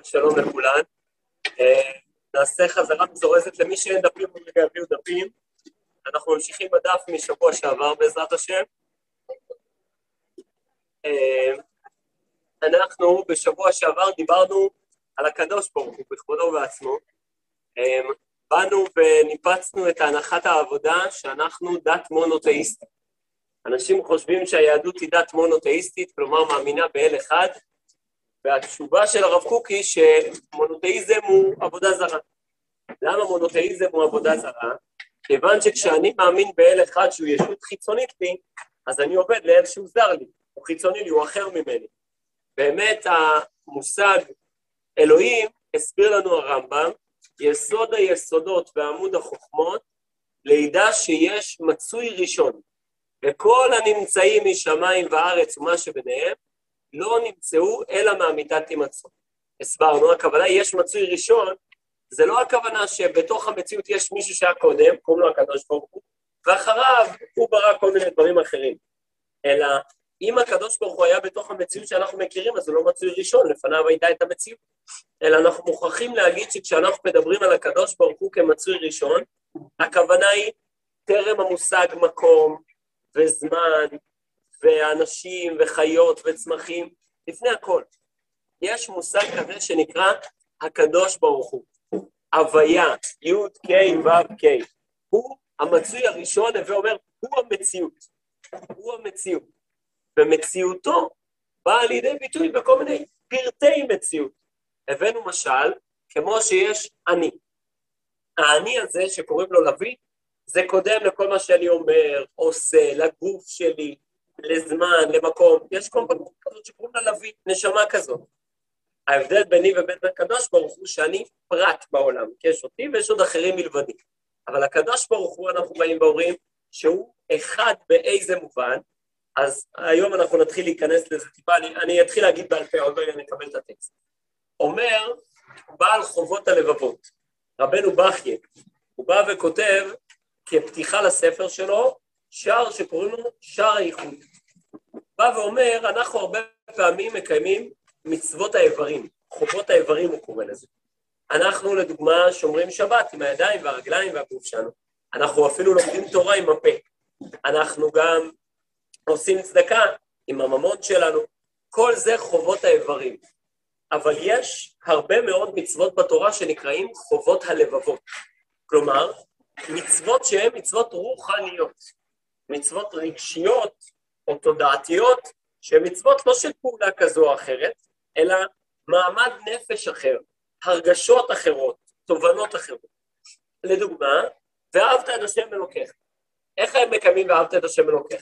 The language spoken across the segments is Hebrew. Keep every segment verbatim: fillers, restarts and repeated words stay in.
שבת שלום לכולן. נעשה חזרה מזורזת למי שאין דפים ורגע יביאו דפים. אנחנו ממשיכים בדף משבוע שעבר בעזרת השם. אנחנו בשבוע שעבר דיברנו על הקדוש ברוך הוא בכבודו ובעצמו. באנו וניפצנו את הנחת העבודה שאנחנו דת מונותאיסטית. אנשים חושבים שהיהדות היא דת מונותאיסטית, כלומר מאמינה באל אחד, והתשובה של הרב קוק היא שמונותאיזם הוא עבודה זרה. למה מונותאיזם הוא עבודה זרה? כיוון שכשאני מאמין באל אחד שהוא ישות חיצונית לי, אז אני עובד לאל שהוא זר לי, הוא חיצוני לי, הוא אחר ממני. באמת המושג אלוהים הסביר לנו הרמב"ם, יסוד היסודות ועמוד החוכמות, לידע שיש מצוי ראשון, וכל הנמצאים משמיים וארץ ומה שביניהם, לא נמצאו אלא מהמיתת תימצאו. הסברנו, הכוונה יש מצוי ראשון, זה לא הכוונה שבתוך המציאות יש מישהו שהיה קודם, קוראים לו הקדוש ברוך הוא, ואחריו הוא ברא כל מיני דברים אחרים. אלא אם הקדוש ברוך הוא היה בתוך המציאות שאנחנו מכירים, אז הוא לא מצוי ראשון, לפניו הייתה את המציאות. אלא אנחנו מוכרחים להגיד שכשאנחנו מדברים על הקדוש ברוך הוא כמצוי ראשון, הכוונה היא טרם המושג מקום וזמן, ואנשים וחיות וצמחים, לפני הכל. יש מושג כזה שנקרא הקדוש ברוך הוא. הוויה, י' ק' ו' ק'. הוא המצוי הראשון, ואומר, הוא המציאות. הוא המציאות. ומציאותו באה לידי ביטוי בכל מיני פרטי מציאות. הבאנו משל, כמו שיש אני. האני הזה שקוראים לו לוי, זה קודם לכל מה שאני אומר, עושה, לגוף שלי, לזמן, למקום, יש קומפוננט כזאת שקוראים לה לוי, נשמה כזאת. ההבדל ביני ובין הקדוש ברוך הוא שאני פרט בעולם, כי יש אותי ויש עוד אחרים מלבדי. אבל הקדוש ברוך הוא אנחנו באים ואומרים שהוא אחד באיזה מובן, אז היום אנחנו נתחיל להיכנס לזה טיפה, אני, אני אתחיל להגיד בעל פה, עוד רגע נקבל את הטקסט. אומר, בעל חובות הלבבות, רבנו בכייה, הוא בא וכותב כפתיחה לספר שלו, שער שקוראים לו שער הייחוד. בא ואומר, אנחנו הרבה פעמים מקיימים מצוות האיברים, חובות האיברים הוא קורא לזה. אנחנו לדוגמה שומרים שבת עם הידיים והרגליים והגוף שלנו. אנחנו אפילו לומדים תורה עם הפה. אנחנו גם עושים צדקה עם הממון שלנו. כל זה חובות האיברים. אבל יש הרבה מאוד מצוות בתורה שנקראים חובות הלבבות. כלומר, מצוות שהן מצוות רוחניות. מצוות רגשיות או תודעתיות, שהן מצוות לא של פעולה כזו או אחרת, אלא מעמד נפש אחר, הרגשות אחרות, תובנות אחרות. לדוגמה, ואהבת את השם אלוקיך. איך הם מקיימים ואהבת את השם אלוקיך?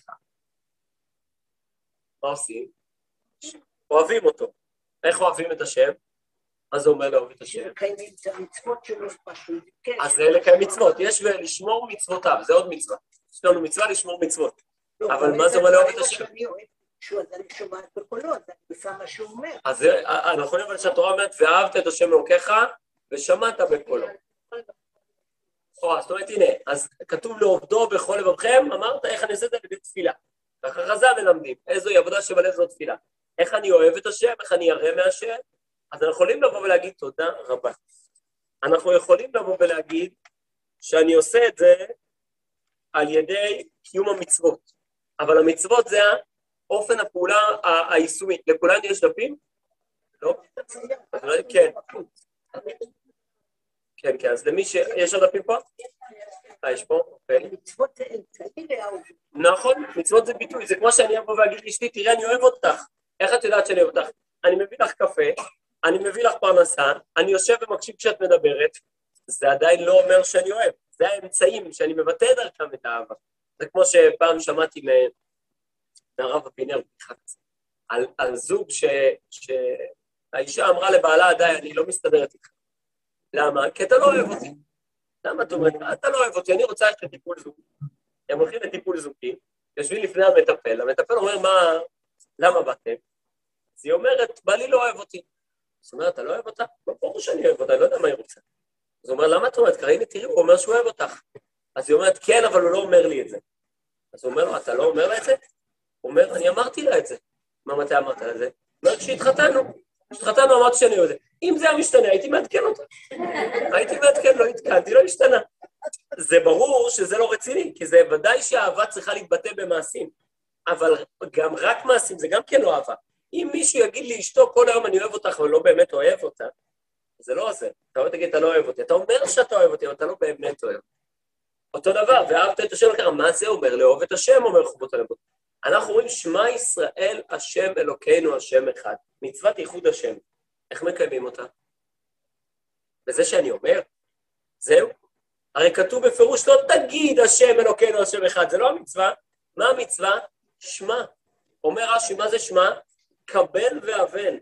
מה עושים? אוהבים אותו. איך אוהבים את השם? מה זה אומר לאהוב את השם? לקיימים את המצוות שלו פשוט. אז זה לקיים מצוות, יש לשמור מצוותיו, זה עוד מצווה. יש לנו מצווה לשמור מצוות. אבל מה זה אומר לאהוב את השם? אני אוהב שהוא, אז אני שומעת בקולו, אז אני עושה מה שהוא אומר. אז אנחנו נראה שהתורה אומרת, ואהבת את השם אלוקיך, ושמעת בקולו. זאת אומרת, הנה, אז כתוב לעובדו בכל לבבכם, אמרת, איך אני עושה את זה בבית תפילה. ככה חז"ל מלמדים, איזוהי עבודה שבלב זאת תפילה. איך אני אוהב את השם, איך אני ירא מהשם, אז אנחנו יכולים לבוא ולהגיד תודה רבה. אנחנו יכולים לבוא ולהגיד שאני עושה את זה על ידי קיום המצוות. אבל המצוות זה אופן הפעולה היישומית. לכולן יש דפים? לא? כן. כן, כן. אז למי שיש עוד דפים פה? אה, יש פה? מצוות זה אמצעי לאהוב. נכון, מצוות זה ביטוי. זה כמו שאני אבוא ואגיד לאשתי, תראה, אני אוהב אותך. איך את יודעת שאני אוהב אותך? אני מביא לך קפה, אני מביא לך פרנסה, אני יושב ומקשיב כשאת מדברת, זה עדיין לא אומר שאני אוהב. זה האמצעים שאני מבטא דרכם את האהבה. זה כמו שפעם שמעתי מהרב הפינר, על, על זוג ש, שהאישה אמרה לבעלה, די, אני לא מסתדרת איתך. למה? כי אתה לא אוהב אותי. למה אתה אומר? אתה לא אוהב אותי, אני רוצה ללכת לטיפול זוגי. הם הולכים לטיפול זוגי, יושבים לפני המטפל, המטפל אומר, מה, למה באתם? אז היא אומרת, בעלי לא אוהב אותי. זאת אומרת, אתה לא אוהב אותה? ברור שאני אוהב אותה, אני לא יודע מה היא רוצה. אז הוא אומר, למה את אומרת? קראי לי, תראי, הוא אומר שהוא אוהב אותך. אז היא אומרת, כן, אבל הוא לא אומר לי את זה. אז הוא אומר לו, אתה לא אומר לה את זה? הוא אומר, אני אמרתי לה את זה. מה, מתי אמרת לה את זה? הוא אומר, כשהתחתנו. כשהתחתנו אמרתי שאני אוהב את זה. אם זה היה משתנה, הייתי מעדכן אותה. הייתי מעדכן, לא התקנתי, לא השתנה. זה ברור שזה לא רציני, כי זה ודאי שהאהבה צריכה להתבטא במעשים. אבל גם רק מעשים, זה גם כן לא אהבה. אם מישהו יגיד לי, אשתו, כל היום אני אוהב אותך, אבל לא באמת אוהב אותה, זה לא עושה. אתה לא תגיד, אתה לא אוהב אותי. אתה אומר שאתה אוהב אותי, אבל אתה לא באמת אוהב. אותו דבר, ואהבת את השם לקרא, מה זה אומר? לאהוב את השם, אומר חובות הלבבות. אנחנו רואים, שמע ישראל, השם אלוקינו, השם אחד. מצוות ייחוד השם. איך מקיימים אותה? וזה שאני אומר, זהו. הרי כתוב בפירוש, לא תגיד השם אלוקינו, השם אחד. זה לא המצווה. מה המצווה? שמע. אומר רש"י, מה זה שמע? קבל והבן.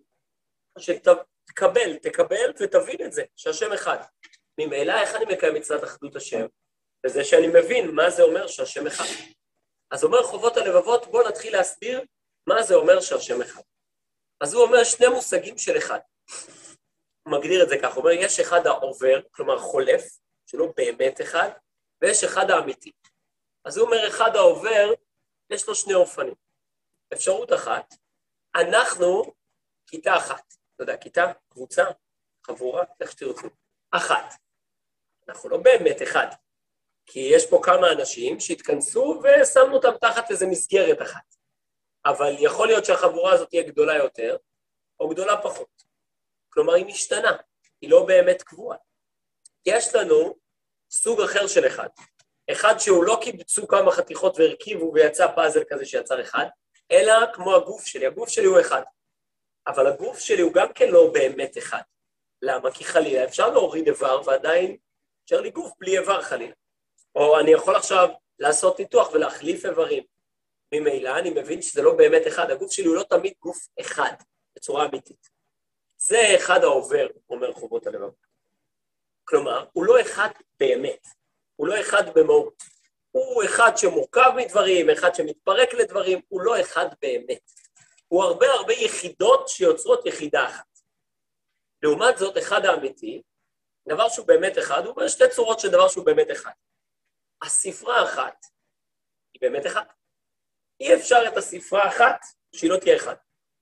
שתקבל, תקבל ותבין את זה, שהשם אחד. ממילא, איך אני מקיים מצוות אחדות השם? וזה שאני מבין מה זה אומר שהשם אחד. אז אומר חובות הלבבות, בואו נתחיל להסביר מה זה אומר שהשם אחד. אז הוא אומר שני מושגים של אחד. הוא מגדיר את זה כך, הוא אומר, יש אחד העובר, כלומר חולף, שלא באמת אחד, ויש אחד האמיתי. אז הוא אומר, אחד העובר, יש לו שני אופנים. אפשרות אחת, אנחנו כיתה אחת. אתה יודע, כיתה, קבוצה, חבורה, איך שתרצו. אחת. אנחנו לא באמת אחד. כי יש פה כמה אנשים שהתכנסו ושמנו אותם תחת איזו מסגרת אחת. אבל יכול להיות שהחבורה הזאת תהיה גדולה יותר, או גדולה פחות. כלומר, היא משתנה, היא לא באמת קבועה. יש לנו סוג אחר של אחד. אחד שהוא לא קיבצו כמה חתיכות והרכיבו ויצא פאזל כזה שיצר אחד, אלא כמו הגוף שלי, הגוף שלי הוא אחד. אבל הגוף שלי הוא גם כן לא באמת אחד. למה? כי חלילה אפשר להוריד איבר ועדיין אפשר לי גוף בלי איבר חלילה. או אני יכול עכשיו לעשות ניתוח ולהחליף איברים. ממילא אני מבין שזה לא באמת אחד, הגוף שלי הוא לא תמיד גוף אחד, בצורה אמיתית. זה אחד העובר, אומר חובות הלבבות. כלומר, הוא לא אחד באמת, הוא לא אחד במהות. הוא אחד שמורכב מדברים, אחד שמתפרק לדברים, הוא לא אחד באמת. הוא הרבה הרבה יחידות שיוצרות יחידה אחת. לעומת זאת, אחד האמיתי, דבר שהוא באמת אחד, הוא אומר שתי צורות של דבר שהוא באמת אחד. הספרה אחת היא באמת אחת. אי אפשר את הספרה אחת שהיא לא תהיה אחד.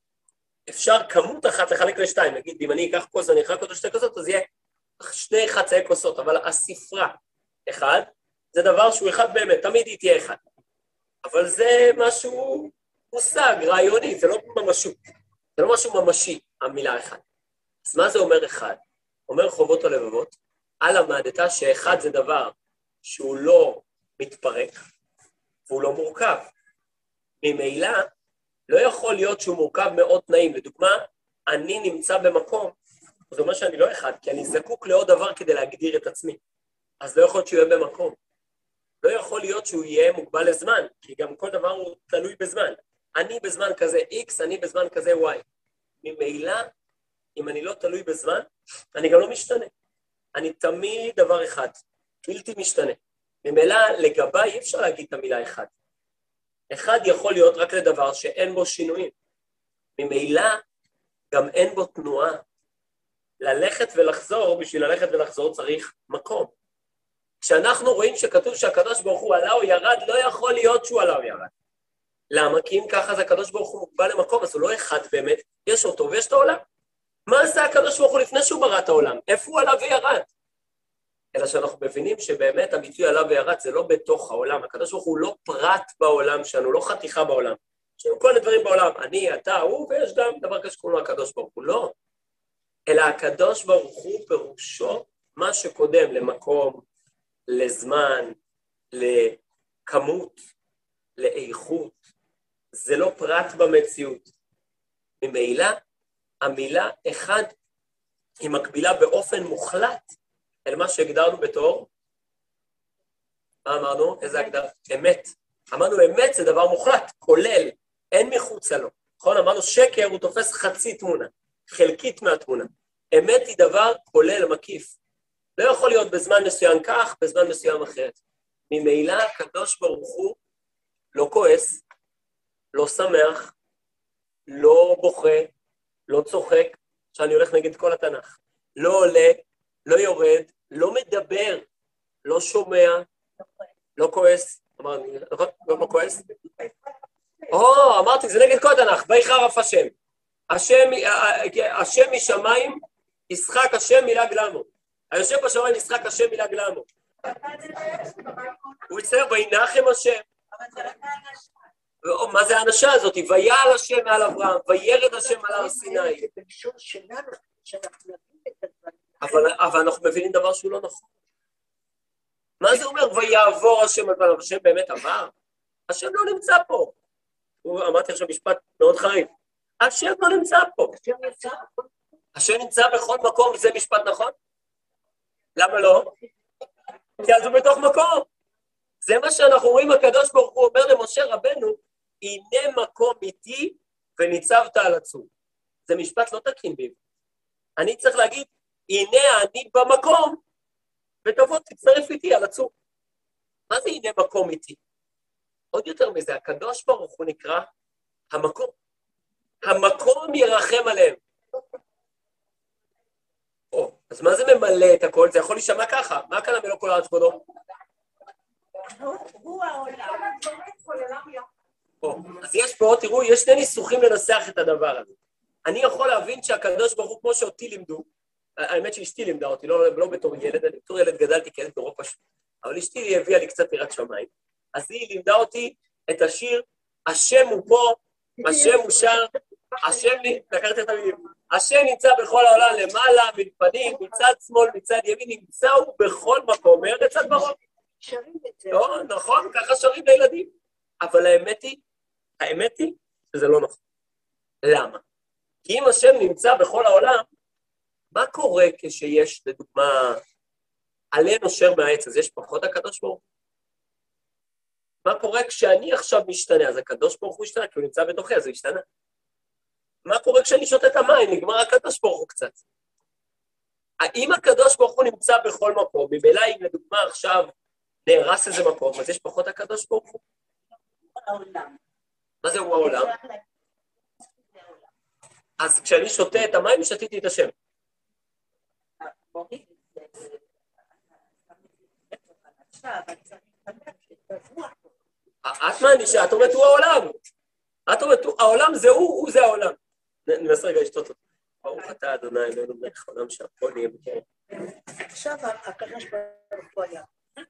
אפשר כמות אחת לחלק לשתיים, נגיד, אם אני אקח כוס ואני אחלק אותו שתי כוסות, אז יהיה שני חצאי כוסות, אבל הספרה אחד, זה דבר שהוא אחד באמת, תמיד היא תהיה אחד. אבל זה משהו מושג, רעיוני, זה לא ממשו. זה לא משהו ממשי, המילה אחד. אז מה זה אומר אחד? אומר חובות הלבבות, על המעדתה שאחד זה דבר שהוא לא מתפרק, והוא לא מורכב. ממילא, לא יכול להיות שהוא מורכב מאוד תנאים. לדוגמה, אני נמצא במקום, זאת אומרת שאני לא אחד, כי אני זקוק לעוד דבר כדי להגדיר את עצמי. אז לא יכול להיות שהוא יהיה במקום. לא יכול להיות שהוא יהיה מוגבל לזמן, כי גם כל דבר הוא תלוי בזמן. אני בזמן כזה X, אני בזמן כזה Y. ממילא, אם אני לא תלוי בזמן, אני גם לא משתנה. אני תמיד דבר אחד, בלתי משתנה. ממילא, לגביי אי אפשר להגיד את המילה אחד. אחד יכול להיות רק לדבר שאין בו שינויים. ממילא, גם אין בו תנועה. ללכת ולחזור, בשביל ללכת ולחזור צריך מקום. כשאנחנו רואים שכתוב שהקדוש ברוך הוא עלה או ירד, לא יכול להיות שהוא עלה או ירד. למה? כי אם ככה זה הקדוש ברוך הוא מוגבל למקום, אז הוא לא אחד באמת, יש אותו ויש את העולם. מה עשה הקדוש ברוך הוא לפני שהוא ברא את העולם? איפה הוא עלה וירד? אלא שאנחנו מבינים שבאמת הביטוי עלה וירד זה לא בתוך העולם, הקדוש ברוך הוא לא פרט בעולם שלנו, לא חתיכה בעולם. יש לנו כל הדברים בעולם, אני, אתה, הוא, ויש גם דבר כזה שקוראים לו הקדוש ברוך הוא, לא. אלא הקדוש ברוך הוא פירושו מה שקודם למקום, לזמן, לכמות, לאיכות, זה לא פרט במציאות. ממילא, המילה אחד היא מקבילה באופן מוחלט אל מה שהגדרנו בתור, מה אמרנו? איזה הגדרה? אמת. אמרנו אמת זה דבר מוחלט, כולל, אין מחוצה לו. נכון? אמרנו שקר הוא תופס חצי תמונה, חלקית מהתמונה. אמת היא דבר כולל מקיף. לא יכול להיות בזמן מסוים כך, בזמן מסוים אחרת. ממילא הקדוש ברוך הוא לא כועס, לא שמח, לא בוכה, לא צוחק, שאני הולך נגד כל התנ"ך. לא עולה, לא יורד, לא מדבר, לא שומע, לא כועס. אמרתי, נכון? לא כועס? או, אמרתי, זה נגד כל התנ"ך, ויחרף השם. השם, השם משמיים ישחק השם מילג למו. היושב בשמיים ישחק השם מילג למו. הוא יצטער, וינחם השם. מה זה האנשה הזאת? ויעל השם מעל אברהם, וירד השם על הר סיני. אבל אנחנו מבינים דבר שהוא לא נכון. מה זה אומר? ויעבור השם על פניו? השם באמת עבר? השם לא נמצא פה. אמרתי עכשיו משפט מאוד חריף. השם לא נמצא פה. השם נמצא בכל מקום, וזה משפט נכון? למה לא? כי אז הוא בתוך מקום. זה מה שאנחנו רואים, הקדוש ברוך הוא אומר למשה רבנו, הנה מקום איתי וניצבת על הצור. זה משפט לא תקין בי. אני צריך להגיד, הנה אני במקום, ותבוא תצטרף איתי על הצור. מה זה הנה מקום איתי? עוד יותר מזה, הקדוש ברוך הוא נקרא המקום. המקום ירחם עליהם. או, אז מה זה ממלא את הכל? זה יכול להישמע ככה. מה כאן המלוא כל הארץ כבודו? הוא העולם. או, אז יש פה, תראו, יש שני ניסוחים לנסח את הדבר הזה. אני יכול להבין שהקדוש ברוך הוא, כמו שאותי לימדו, האמת שאשתי לימדה אותי, לא, לא בתור ילד, אני בתור ילד גדלתי כילד נורא פשוט, אבל אשתי הביאה לי קצת יראת שמיים, אז היא לימדה אותי את השיר, השם הוא פה, השם הוא שר, השם, לקחתי את המילים, השם נמצא בכל העולם למעלה, מלפנים, מצד שמאל, מצד ימין, נמצא הוא בכל מקום, מארץ עד מרום. לא, נכון, ככה שרים לילדים. אבל האמת היא, האמת היא שזה לא נכון. למה? כי אם השם נמצא בכל העולם, מה קורה כשיש, לדוגמה, עלה נושר מהעץ, אז יש פחות הקדוש ברוך הוא? מה קורה כשאני עכשיו משתנה? אז הקדוש ברוך הוא השתנה, כי הוא נמצא בתוכי, אז הוא השתנה. מה קורה כשאני שותה את המים? נגמר הקדוש ברוך הוא קצת. האם הקדוש ברוך הוא נמצא בכל מקום, ממילא אם לדוגמה עכשיו נהרס איזה מקום, אז יש פחות הקדוש ברוך הוא? העולם. מה זה הוא העולם? אז כשאני שותה את המים, שתיתי את השם. את מענישה, את אומרת הוא העולם. את אומרת העולם זה הוא, הוא זה העולם. ננסה רגע לשתות אותו. ברוך אתה אדוני אלוהינו מלך העולם שהכל יהיה בקרב. עכשיו הקדוש ברוך הוא היה.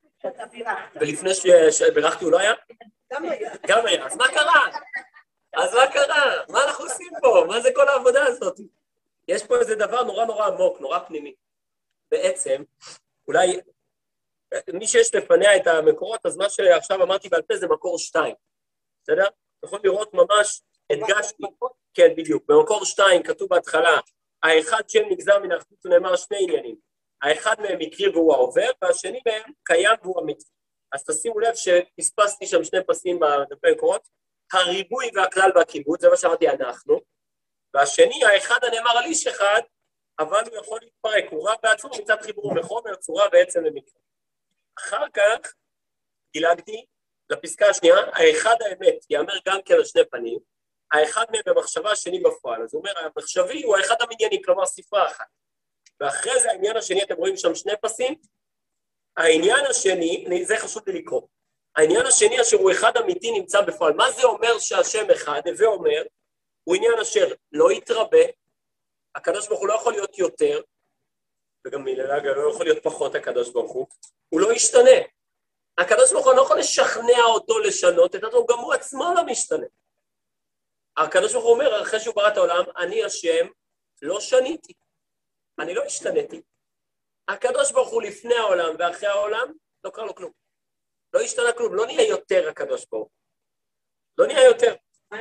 ולפני שברכתי הוא לא היה? גם היה. גם היה. אז מה קרה? אז מה קרה? מה אנחנו עושים פה? מה זה כל העבודה הזאת? יש פה איזה דבר נורא נורא עמוק, נורא פנימי. בעצם, אולי מי שיש לפניה את המקורות, אז מה שעכשיו אמרתי בעל פה זה מקור שתיים. בסדר? יכול לראות ממש, הדגשתי. כן, בדיוק. במקור שתיים כתוב בהתחלה, האחד שם נגזר מן האחדות, הוא נאמר שני עניינים. האחד מהם מקרי והוא העובר, והשני מהם קיים והוא אמיתי. אז תשימו לב שפספסתי שם שני פסים בדפי מקורות, הריבוי והכלל והכיבוד, זה מה שאמרתי אנחנו, והשני, האחד הנאמר על איש אחד, אבל הוא יכול להתפרק, הוא רב בעצמו מצד חיבור מחומר, צורה בעצם למקרה. אחר כך, דילגתי לפסקה השנייה, האחד האמת יאמר גם כן על שני פנים, האחד מהם במחשבה, השני בפועל. אז הוא אומר, המחשבי הוא האחד המנייני, כלומר ספרה אחת. ואחרי זה העניין השני, אתם רואים שם שני פסים, העניין השני, זה חשוב לי לקרוא, העניין השני אשר הוא אחד אמיתי נמצא בפועל. מה זה אומר שהשם אחד, הווה אומר, הוא עניין אשר לא יתרבה, הקדוש ברוך הוא לא יכול להיות יותר, וגם מלאגה לא יכול להיות פחות הקדוש ברוך הוא, הוא לא ישתנה. הקדוש ברוך הוא לא יכול לשכנע אותו לשנות, את אותו, גם הוא עצמו לא משתנה. הקדוש ברוך הוא אומר, אחרי שהוא ברא את העולם, אני השם לא שניתי, אני לא השתניתי. הקדוש ברוך הוא לפני העולם ואחרי העולם, לא קרה לו כלום. לא השתנה כלום, לא נהיה יותר הקדוש ברוך. לא נהיה יותר.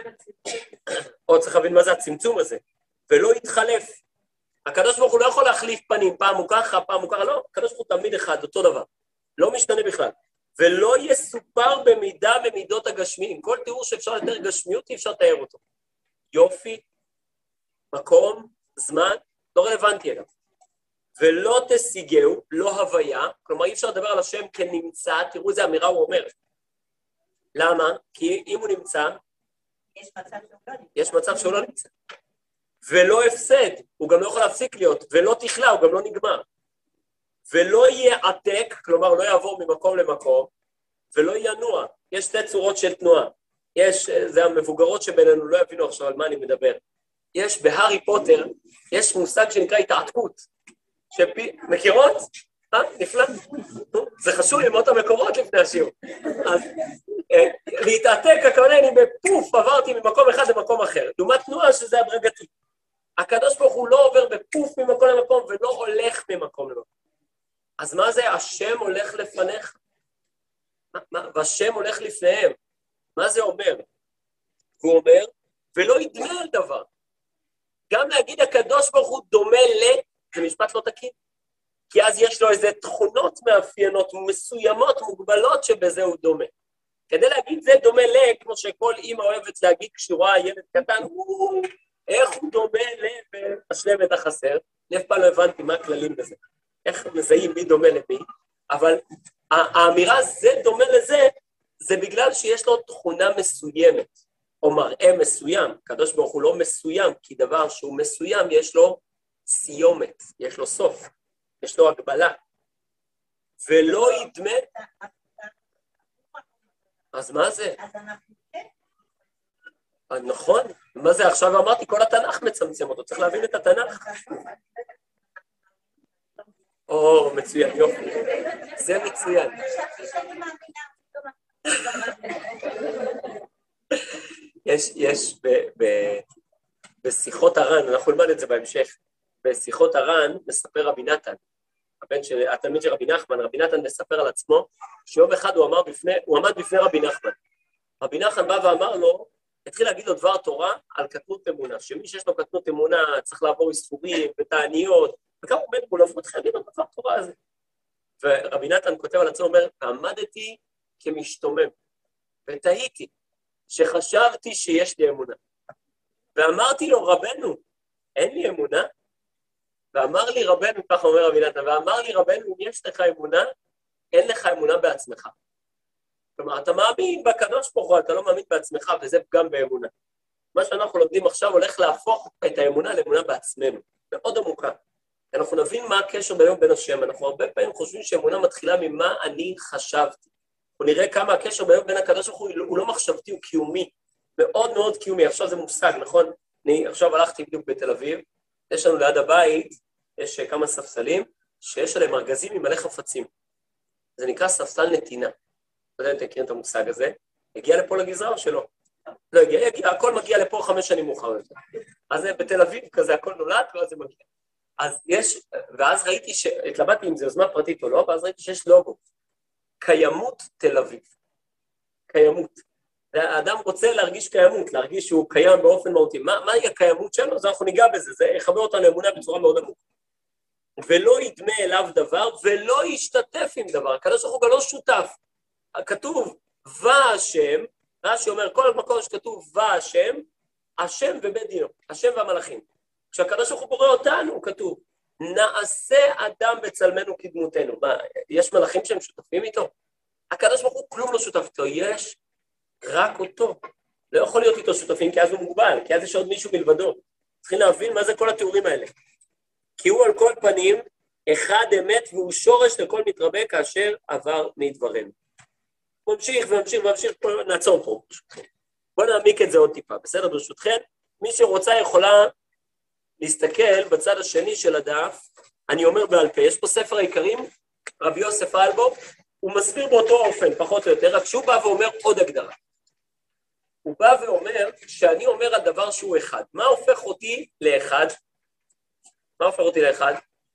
עוד צריך להבין מה זה הצמצום הזה. ולא יתחלף. הקדוש ברוך הוא לא יכול להחליף פנים, פעם הוא ככה, פעם הוא ככה, לא. הקדוש ברוך הוא תמיד אחד, אותו דבר. לא משתנה בכלל. ולא יסופר במידה במידות הגשמיים. כל תיאור שאפשר לתאר גשמיות, אי אפשר לתאר אותו. יופי, מקום, זמן, לא רלוונטי אליו. ולא תשיגהו, לא הוויה, כלומר אי אפשר לדבר על השם כנמצא, תראו איזה אמירה הוא אומר. למה? כי אם הוא נמצא, יש מצב שהוא לא נמצא. יש מצב שהוא לא נמצא. ולא הפסד, הוא גם לא יכול להפסיק להיות, ולא תכלה, הוא גם לא נגמר. ולא יהיה עתק, כלומר לא יעבור ממקום למקום, ולא ינוע. יש שתי צורות של תנועה. יש, זה המבוגרות שבינינו, לא יבינו עכשיו על מה אני מדבר. יש בהארי פוטר, יש מושג שנקרא התעתקות. שפי... מכירות? אה? נפלא. זה חשוב ללמוד את המקורות לפני השיעור. אז אה, להתעתק, הכוונה אני בפוף, עברתי ממקום אחד למקום אחר. לעומת תנועה שזה הדרגתי. הקדוש ברוך הוא לא עובר בפוף ממקום למקום ולא הולך ממקום למקום. אז מה זה השם הולך לפניך? מה, מה, והשם הולך לפניהם. מה זה אומר? הוא אומר, ולא ידמה על דבר. גם להגיד הקדוש ברוך הוא דומה ל... זה משפט לא תקין. כי אז יש לו איזה תכונות מאפיינות מסוימות, מוגבלות שבזה הוא דומה. כדי להגיד זה דומה ל... כמו שכל אמא אוהבת להגיד כשרואה ילד קטן, איך הוא דומה ל... והשלם את החסר. אני אף פעם לא הבנתי מה הכללים בזה. איך מזהים מי דומה למי. אבל האמירה זה דומה לזה, זה בגלל שיש לו תכונה מסוימת. או מראה מסוים, הקדוש ברוך הוא לא מסוים, כי דבר שהוא מסוים יש לו סיומת, יש לו סוף, יש לו הגבלה, ולא ידמה... אז מה זה? נכון, מה זה עכשיו אמרתי? כל התנ"ך מצמצם אותו, צריך להבין את התנ"ך. או, מצוין, יופי, זה מצוין. יש, יש ב, ב, בשיחות הר"ן, אנחנו נלמד את זה בהמשך, בשיחות הר"ן מספר רבי נתן, הבן של, התלמיד של רבי נחמן, רבי נתן מספר על עצמו, שיום אחד הוא אמר בפני, הוא עמד בפני רבי נחמן. רבי נחמן בא ואמר לו, התחיל להגיד לו דבר תורה על קטנות אמונה, שמי שיש לו קטנות אמונה צריך לעבור איסורים ותעניות, וכמה עומד בו לבוא, התחיל להגיד לו דבר תורה הזה. ורבי נתן כותב על עצמו, אומר, עמדתי כמשתומם, ותהיתי, שחשבתי שיש לי אמונה. ואמרתי לו, רבנו, אין לי אמונה? ואמר לי רבנו, כך אומר רבי נתן, ואמר לי רבנו, אם יש לך אמונה, אין לך אמונה בעצמך. כלומר, אתה מאמין בקדוש ברוך הוא, אתה לא מאמין בעצמך, וזה גם באמונה. מה שאנחנו לומדים עכשיו הולך להפוך את האמונה לאמונה בעצמנו, מאוד עמוקה. אנחנו נבין מה הקשר ביום בין השם, אנחנו הרבה פעמים חושבים שאמונה מתחילה ממה אני חשבתי. ונראה כמה הקשר ביום בין הקדוש ברוך הוא, הוא לא מחשבתי, הוא קיומי, מאוד מאוד קיומי. עכשיו זה מושג, נכון? אני עכשיו הלכתי בדיוק בתל אביב, יש לנו ליד הבית, יש כמה ספסלים, שיש עליהם ארגזים עם מלא חפצים. זה נקרא ספסל נתינה. לא יודע אם תכירים את המושג הזה. הגיע לפה לגזרה או שלא? לא הגיע, הגיע, הכל מגיע לפה חמש שנים מאוחר יותר. אז בתל אביב כזה הכל נולד, ואז זה מגיע. אז יש, ואז ראיתי שהתלבטתי אם זה יוזמה פרטית או לא, ואז ראיתי שיש לוגו. קיימות תל אביב. קיימות. האדם רוצה להרגיש קיימות, להרגיש שהוא קיים באופן מהותי. מה, מהי הקיימות שלו? אז אנחנו ניגע בזה, זה יחבר אותנו לאמונה בצורה מאוד עמוקה. ולא ידמה אליו דבר, ולא ישתתף עם דבר. הקדוש ברוך הוא גם לא שותף. כתוב, והשם, רש"י אומר, כל מקום שכתוב והשם, השם ובית דינו, השם והמלאכים. כשהקדוש ברוך הוא בורא אותנו, כתוב, נעשה אדם בצלמנו כדמותנו. מה, יש מלאכים שהם שותפים איתו? הקדוש ברוך הוא כלום לא שותף איתו, יש רק אותו. לא יכול להיות איתו שותפים, כי אז הוא מוגבל, כי אז יש עוד מישהו מלבדו. צריכים להבין מה זה כל התיאורים האלה. כי הוא על כל פנים, אחד אמת והוא שורש לכל מתרבה כאשר עבר מדברנו. ממשיך וממשיך וממשיך, נעצור פה. בואו נעמיק את זה עוד טיפה, בסדר? ברשותכם, מי שרוצה יכולה להסתכל בצד השני של הדף, אני אומר בעל פה, יש פה ספר העיקרים, רבי יוסף אלבו, הוא מסביר באותו אופן, פחות או יותר, רק שהוא בא ואומר עוד הגדרה. הוא בא ואומר שאני אומר על דבר שהוא אחד. מה הופך אותי לאחד? מה הופך אותי לאחד?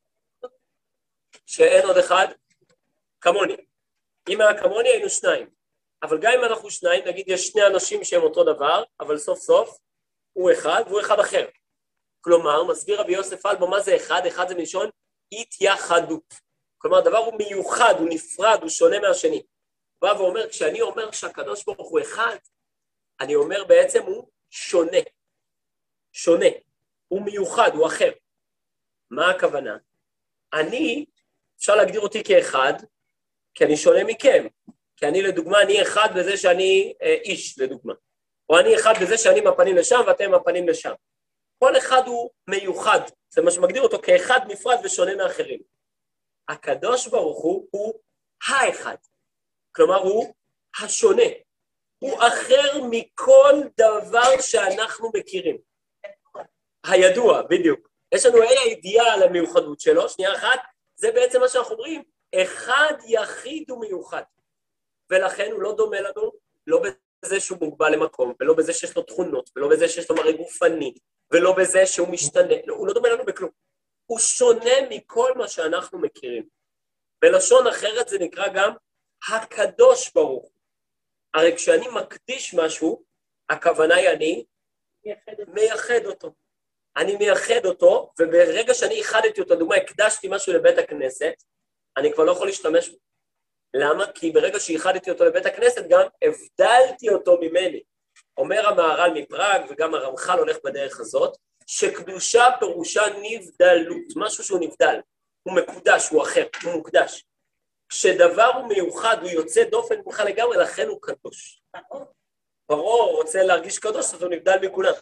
שאין עוד אחד? כמוני. אם היה כמוני היינו שניים. אבל גם אם אנחנו שניים, נגיד יש שני אנשים שהם אותו דבר, אבל סוף סוף הוא אחד והוא אחד אחר. כלומר, מסביר רבי יוסף אלבו, מה זה אחד? אחד זה מלשון התייחדות. כלומר, הדבר הוא מיוחד, הוא נפרד, הוא שונה מהשני. הוא בא ואומר, כשאני אומר שהקדוש ברוך הוא אחד, אני אומר בעצם הוא שונה. שונה. הוא מיוחד, הוא אחר. מה הכוונה? אני, אפשר להגדיר אותי כאחד, כי אני שונה מכם. כי אני לדוגמה, אני אחד בזה שאני אה, איש, לדוגמה. או אני אחד בזה שאני עם הפנים לשם ואתם עם הפנים לשם. כל אחד הוא מיוחד. זה מה שמגדיר אותו כאחד נפרד ושונה מאחרים. הקדוש ברוך הוא הוא האחד. כלומר הוא השונה. הוא אחר מכל דבר שאנחנו מכירים. הידוע, בדיוק. יש לנו אלה הידיעה על המיוחדות שלו, שנייה אחת, זה בעצם מה שאנחנו אומרים, אחד יחיד ומיוחד. ולכן הוא לא דומה לנו, לא בזה שהוא מוגבל למקום, ולא בזה שיש לו תכונות, ולא בזה שיש לו מראה גופני, ולא בזה שהוא משתנה, לא, הוא לא דומה לנו בכלום. הוא שונה מכל מה שאנחנו מכירים. בלשון אחרת זה נקרא גם הקדוש ברוך. הרי כשאני מקדיש משהו, הכוונה היא אני מייחד אותו. אני מייחד אותו, וברגע שאני ייחדתי אותו, דוגמה, הקדשתי משהו לבית הכנסת, אני כבר לא יכול להשתמש בו. למה? כי ברגע שייחדתי אותו לבית הכנסת, גם הבדלתי אותו ממני. אומר המהר"ל מפראג, וגם הרמח"ל הולך בדרך הזאת, שקדושה פירושה נבדלות, משהו שהוא נבדל, הוא מקודש, הוא אחר, הוא מוקדש. כשדבר הוא מיוחד, הוא יוצא דופן ממך לגמרי, לכן הוא קדוש. פרעה רוצה להרגיש קדוש, אז הוא נבדל מכולם.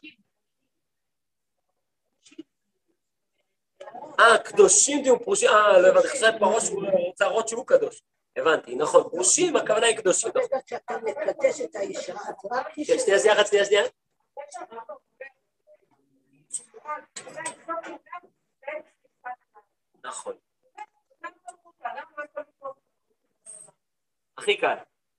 אה, קדושים תהיו פרושים, אה, לא הבנתי, חשב פרעה שהוא רוצה להראות שהוא קדוש. הבנתי, נכון, פרושים, הכוונה היא קדושים. ברגע שאתה מקדש את האישה, את רק שנייה, שנייה אחת, שנייה, שנייה. נכון. הכי קל.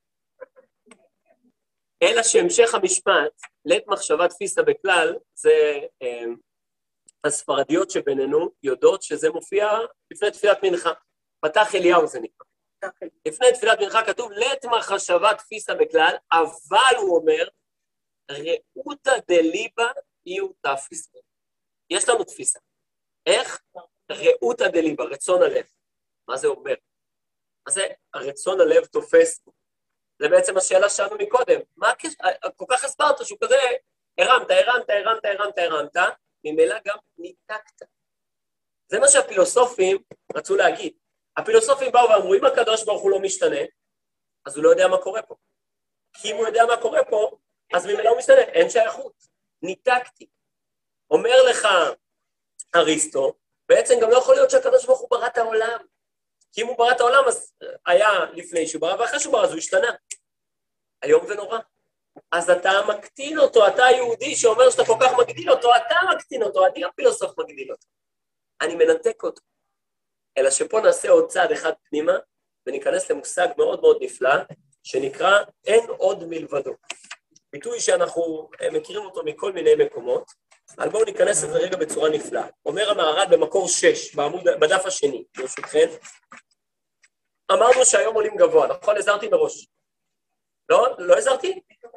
אלא שהמשך המשפט, לית מחשבה תפיסה בכלל, זה אה, הספרדיות שבינינו יודעות שזה מופיע לפני תפילת מנחה. פתח אליהו זה נקרא. לפני תפילת מנחה כתוב, לית מחשבה תפיסה בכלל, אבל הוא אומר, ראותא דליבא איהו תפיסה. יש לנו תפיסה. איך? ראותא דליבא, רצון הלב. מה זה אומר? מה זה רצון הלב תופס? זה בעצם השאלה שלנו מקודם. מה הקשר? כל כך הסברת שהוא כזה, הרמת, הרמת, הרמת, הרמת, הרמת, ממילא גם ניתקת. זה מה שהפילוסופים רצו להגיד. הפילוסופים באו ואמרו, אם הקדוש ברוך הוא לא משתנה, אז הוא לא יודע מה קורה פה. כי אם הוא יודע מה קורה פה, אז ממילא הוא משתנה, אין שייכות. ניתקתי. אומר לך אריסטו, בעצם גם לא יכול להיות שהקדוש ברוך הוא ברא את העולם. כי אם הוא ברא את העולם, אז היה לפני שהוא ברא, ואחרי שהוא ברא, אז הוא השתנה. היום זה נורא. אז אתה מקטין אותו, אתה היהודי שאומר שאתה כל כך מגדיל אותו, אתה מקטין אותו, אני הפילוסוף מגדיל אותו. אני מנתק אותו. אלא שפה נעשה עוד צעד אחד פנימה, וניכנס למושג מאוד מאוד נפלא, שנקרא אין עוד מלבדו. ביטוי שאנחנו מכירים אותו מכל מיני מקומות, אבל בואו ניכנס לזה רגע בצורה נפלאה. אומר המהר"ל במקור שש, בעמוד, בדף השני, ברשותכם, אמרנו שהיום עולים גבוה, נכון? הזהרתי מראש. לא? לא הזהרתי?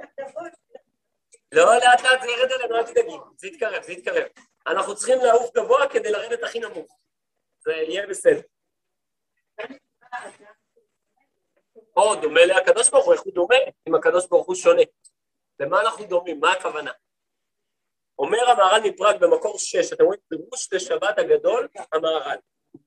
לא, לאט לאט זה ירד אלינו, אל תדאגי, זה יתקרב, זה יתקרב. אנחנו צריכים לעוף גבוה כדי לרדת הכי נמוך. זה יהיה בסדר. או, דומה להקדוש ברוך הוא, איך הוא דומה? אם הקדוש ברוך הוא שונה. למה אנחנו דומים? מה הכוונה? אומר המהר"ל מפראג במקור שש, אתם רואים, פירוש לשבת הגדול, המהר"ל.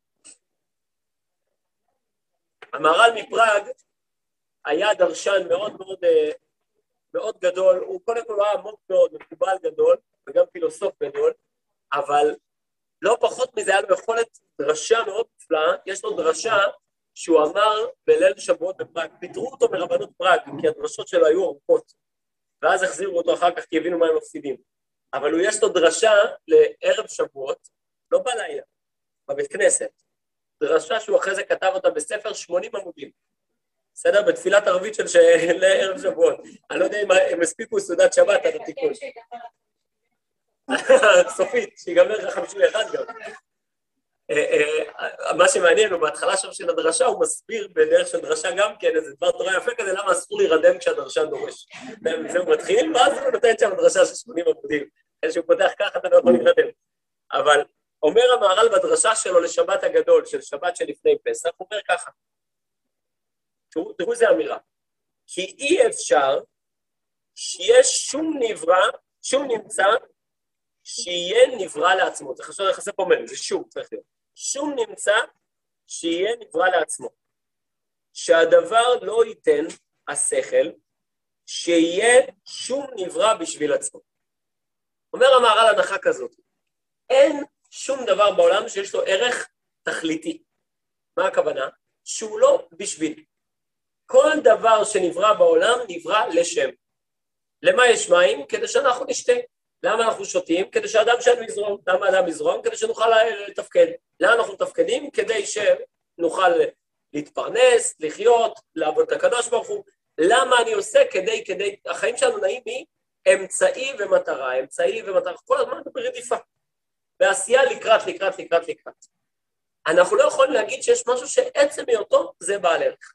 המהר"ל מפראג היה דרשן מאוד מאוד, מאוד גדול, הוא קודם כל היה עמוק מאוד, מקובל גדול, וגם פילוסוף גדול, אבל לא פחות מזה היה לו יכולת דרשה מאוד נפלאה, יש לו דרשה שהוא אמר בליל שבועות בפראג, פיטרו אותו מרבנות פראג, כי הדרשות שלו היו ארוכות, ואז החזירו אותו אחר כך כי הבינו מה הם מפסידים. אבל הוא יש לו דרשה לערב שבועות, לא בלילה, בבית כנסת, דרשה שהוא אחרי זה כתב אותה בספר שמונים עמודים, בסדר? בתפילת ערבית של לערב שבועות. אני לא יודע אם הם הספיקו סעודת שבת עד התיקון. סופית, שיגמר לך חמישים ואחת גם. מה שמעניין הוא, בהתחלה שם של הדרשה, הוא מסביר בדרך של דרשה גם כן, איזה דבר תורה יפה כזה, למה אסור להירדם כשהדרשן דורש. זה הוא מתחיל, ואז הוא נותן שם דרשה של שמונים עמודים. איזשהו פותח ככה, אתה לא יכול להירדם. אבל אומר המהר"ל בדרשה שלו לשבת הגדול, של שבת שלפני פסח, הוא אומר ככה. תראו, תראו איזה אמירה. כי אי אפשר שיש שום נברא, שום נמצא, שיהיה נברא לעצמו. זה חשוב לחסה פה מהם, זה שום, צריך להיות. שום נמצא שיהיה נברא לעצמו. שהדבר לא ייתן, השכל, שיהיה שום נברא בשביל עצמו. אומר המהר"ל הנחה כזאת, אין שום דבר בעולם שיש לו ערך תכליתי. מה הכוונה? שהוא לא בשביל. כל דבר שנברא בעולם נברא לשם. למה יש מים? כדי שאנחנו נשתה. למה אנחנו שותים? כדי שהאדם שלנו יזרום. למה האדם יזרום? כדי שנוכל לתפקד. למה אנחנו מתפקדים? כדי שנוכל להתפרנס, לחיות, לעבוד את הקדוש ברוך הוא. למה אני עושה? כדי, כדי, החיים שלנו נעים מאמצעי ומטרה, אמצעי ומטרה, כל הזמן ברדיפה. בעשייה לקראת, לקראת, לקראת, לקראת. אנחנו לא יכולים להגיד שיש משהו שעצם היותו זה בעל ערך.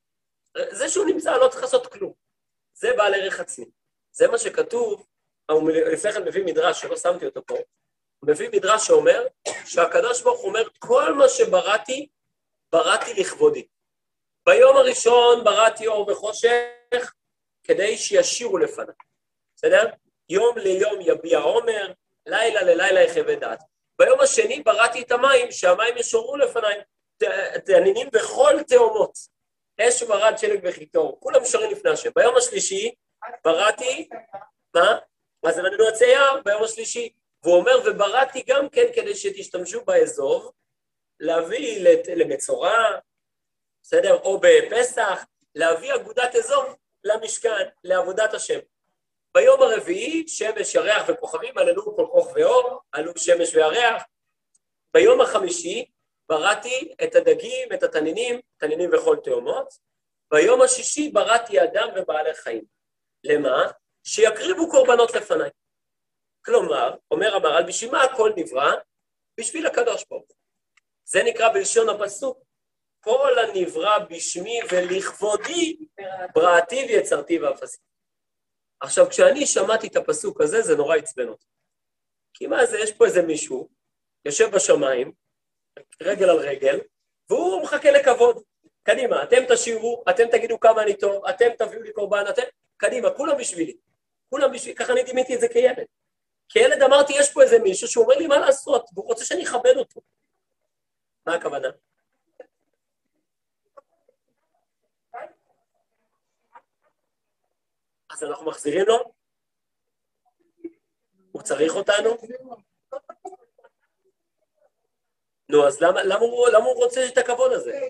זה שהוא נמצא לא צריך לעשות כלום. זה בעל ערך עצמי. זה מה שכתוב, לפני כן מביא מדרש, שלא שמתי אותו פה, הוא מביא מדרש שאומר שהקדוש ברוך הוא אומר, כל מה שבראתי, בראתי לכבודי. ביום הראשון בראתי אור וחושך, כדי שישירו לפניי. בסדר? יום ליום יביע עומר, לילה ללילה יחווה דעת. ביום השני בראתי את המים, שהמים ישורו לפניי, תענינים בכל תאומות. אש וברד שלג וחיתור, כולם שרים לפני השם. ביום השלישי בראתי, מה? אז אני לא יוצא יער ביום השלישי. והוא אומר, ובראתי גם כן כדי שתשתמשו באזוב, להביא למצורע, בסדר? או בפסח, להביא אגודת אזוב למשכן, לעבודת השם. ביום הרביעי, שמש, ירח וכוכבים, עלו כל כוך ואור, עלו שמש וירח. ביום החמישי, בראתי את הדגים, את התנינים, תנינים וכל תאומות. ביום השישי, בראתי אדם ובעלי חיים. למה? שיקריבו קורבנות לפניי. כלומר, אומר המהר"ל, בשביל מה הכל נברא? בשביל הקדוש ברוך הוא. זה נקרא בלשון הפסוק, כל הנברא בשמי ולכבודי, בראתי ויצרתי ואפסי. עכשיו, כשאני שמעתי את הפסוק הזה, זה נורא עצבן אותי. כי מה זה, יש פה איזה מישהו, יושב בשמיים, רגל על רגל, והוא מחכה לכבוד. קדימה, אתם תשירו, אתם תגידו כמה אני טוב, אתם תביאו לי קורבן, אתם, קדימה, כולם בשבילי. כולם בשבילי, ככה אני דימיתי את זה כילד. כילד אמרתי, יש פה איזה מישהו שהוא אומר לי מה לעשות, והוא רוצה שאני אכבד אותו. מה הכוונה? אז אנחנו מחזירים לו? הוא צריך אותנו? נו, אז למה, למה, הוא, למה הוא רוצה את הכבוד הזה?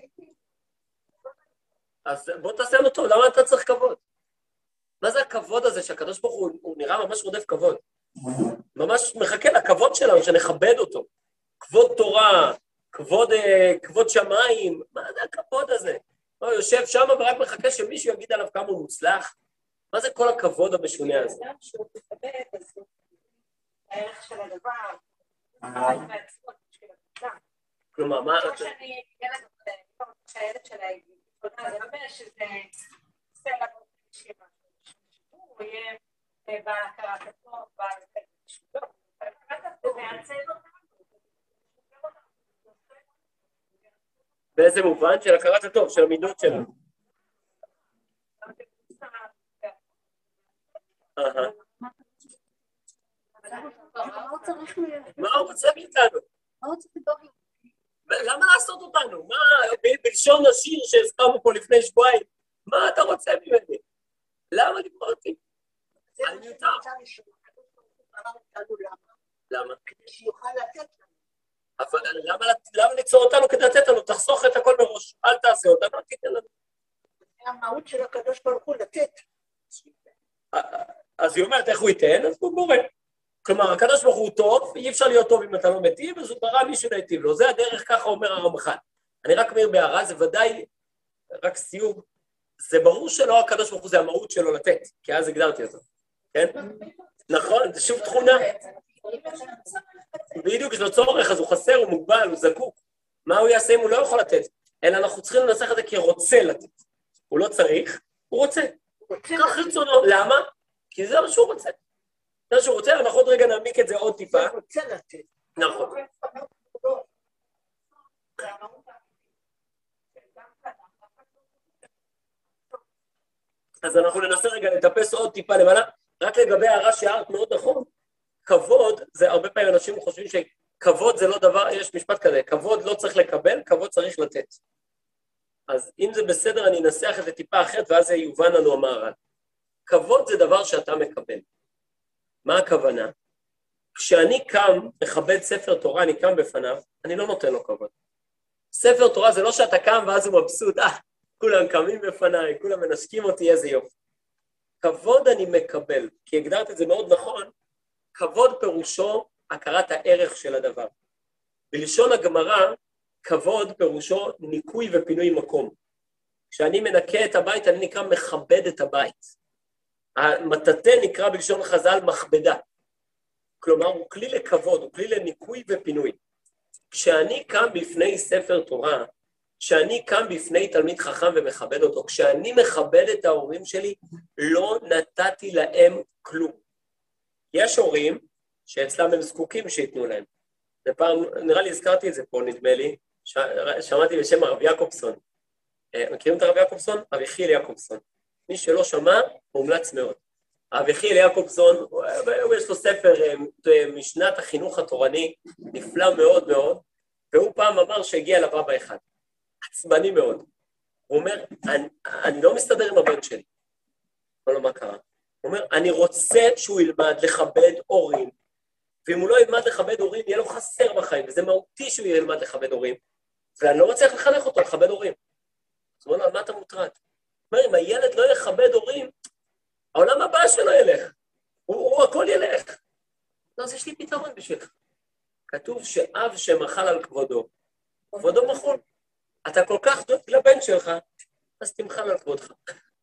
אז בוא תעשה לנו טוב, למה אתה צריך כבוד? מה זה הכבוד הזה שהקדוש ברוך הוא, הוא נראה ממש רודף כבוד? ממש מחכה לכבוד שלנו, שנכבד אותו. כבוד תורה, כבוד, כבוד שמיים, מה זה הכבוד הזה? הוא יושב שם ורק מחכה שמישהו יגיד עליו כמה הוא מוצלח? מה זה כל הכבוד המשונה הזה? שהוא תכבד, אז הערך של הדבר, כלומר, מה... כמו שאני ילד, שהילד שלה יגיד, זה אומר שזה סלע שירה, שהוא יהיה בעל הכרת הטוב, בעל הכרת הטוב, זה יעצב אותנו. באיזה מובן? של הכרת הטוב, של המידות שלנו. מה הוא רוצה מאיתנו? למה לעשות אותנו? מה, בלשון השיר שהזכרנו פה לפני שבועיים, מה אתה רוצה ממני? למה לבחור אותי? אני מיותר. למה? כדי שיוכל לתת לנו. אבל למה ליצור אותנו כדי לתת לנו? תחסוך את הכל מראש, אל תעשה אותנו, אל תיתן לנו. זה המהות של הקדוש ברוך הוא לתת. אז היא אומרת, איך הוא ייתן? אז הוא בורא. כלומר, הקדוש ברוך הוא טוב, אי אפשר להיות טוב אם אתה לא מטיב, אז הוא ברא מישהו להיטיב לו. זה הדרך, ככה אומר הרמח"ל. אני רק מעיר בהערה, זה ודאי, רק סיום, זה ברור שלא הקדוש ברוך הוא זה המהות שלו לתת, כי אז הגדרתי אותו. כן? נכון, זה שוב תכונה. בדיוק, יש לו צורך, אז הוא חסר, הוא מוגבל, הוא זקוק. מה הוא יעשה אם הוא לא יכול לתת? אלא אנחנו צריכים לנסח את זה כרוצה לתת. הוא לא צריך, הוא רוצה. כך רצונו. למה? כי זה מה שהוא רוצה. זה מה שהוא רוצה, אנחנו עוד רגע נעמיק את זה עוד טיפה. הוא רוצה לתת. נכון. אז אנחנו ננסה רגע לטפס עוד טיפה למעלה, רק לגבי הערה שהערת מאוד נכון, כבוד, זה הרבה פעמים אנשים חושבים שכבוד זה לא דבר, יש משפט כזה, כבוד לא צריך לקבל, כבוד צריך לתת. אז אם זה בסדר, אני אנסח את זה טיפה אחרת, ואז זה יובן לנו המהר"ל. כבוד זה דבר שאתה מקבל. מה הכוונה? כשאני קם, מכבד ספר תורה, אני קם בפניו, אני לא נותן לו כבוד. ספר תורה זה לא שאתה קם ואז הוא מבסוט, אה, כולם קמים בפניי, כולם מנשקים אותי, איזה יופי. כבוד אני מקבל, כי הגדרת את זה מאוד נכון, כבוד פירושו הכרת הערך של הדבר. בלשון הגמרא, כבוד פירושו ניקוי ופינוי מקום. כשאני מנקה את הבית, אני נקרא מכבד את הבית. המטאטא נקרא בלשון חז"ל מכבדה. כלומר, הוא כלי לכבוד, הוא כלי לניקוי ופינוי. כשאני קם בפני ספר תורה, כשאני קם בפני תלמיד חכם ומכבד אותו, כשאני מכבד את ההורים שלי, לא נתתי להם כלום. יש הורים שאצלם הם זקוקים שיתנו להם. פעם, נראה לי הזכרתי את זה פה, נדמה לי, ש... שמעתי בשם הרב יעקובסון. מכירים את הרב יעקובסון? הרב יחיאל יעקובסון. מי שלא שמע, מומלץ מאוד. הרב יחיאל יעקובסון, הוא, הוא יש לו ספר משנת החינוך התורני, נפלא מאוד מאוד, והוא פעם אמר שהגיע אליו אבא אחד. עצבני מאוד. הוא אומר, אני, אני לא מסתדר עם הבן שלי. לא, לא, מה קרה? הוא אומר, אני רוצה שהוא ילמד לכבד הורים, ואם הוא לא ילמד לכבד הורים, יהיה לו חסר בחיים, וזה מהותי שהוא ילמד לכבד הורים, ואני לא רוצה לחנך אותו לכבד הורים. אז הוא אומר, על מה אתה מוטרד? הוא אומר, אם הילד לא יכבד הורים, העולם הבא שלו ילך, הוא, הוא הכל ילך. אז יש לי פתרון בשבילך. כתוב שאב שמחל על כבודו, כבודו מחול. אתה כל כך דוד לבן שלך, אז תמחל על כבודך.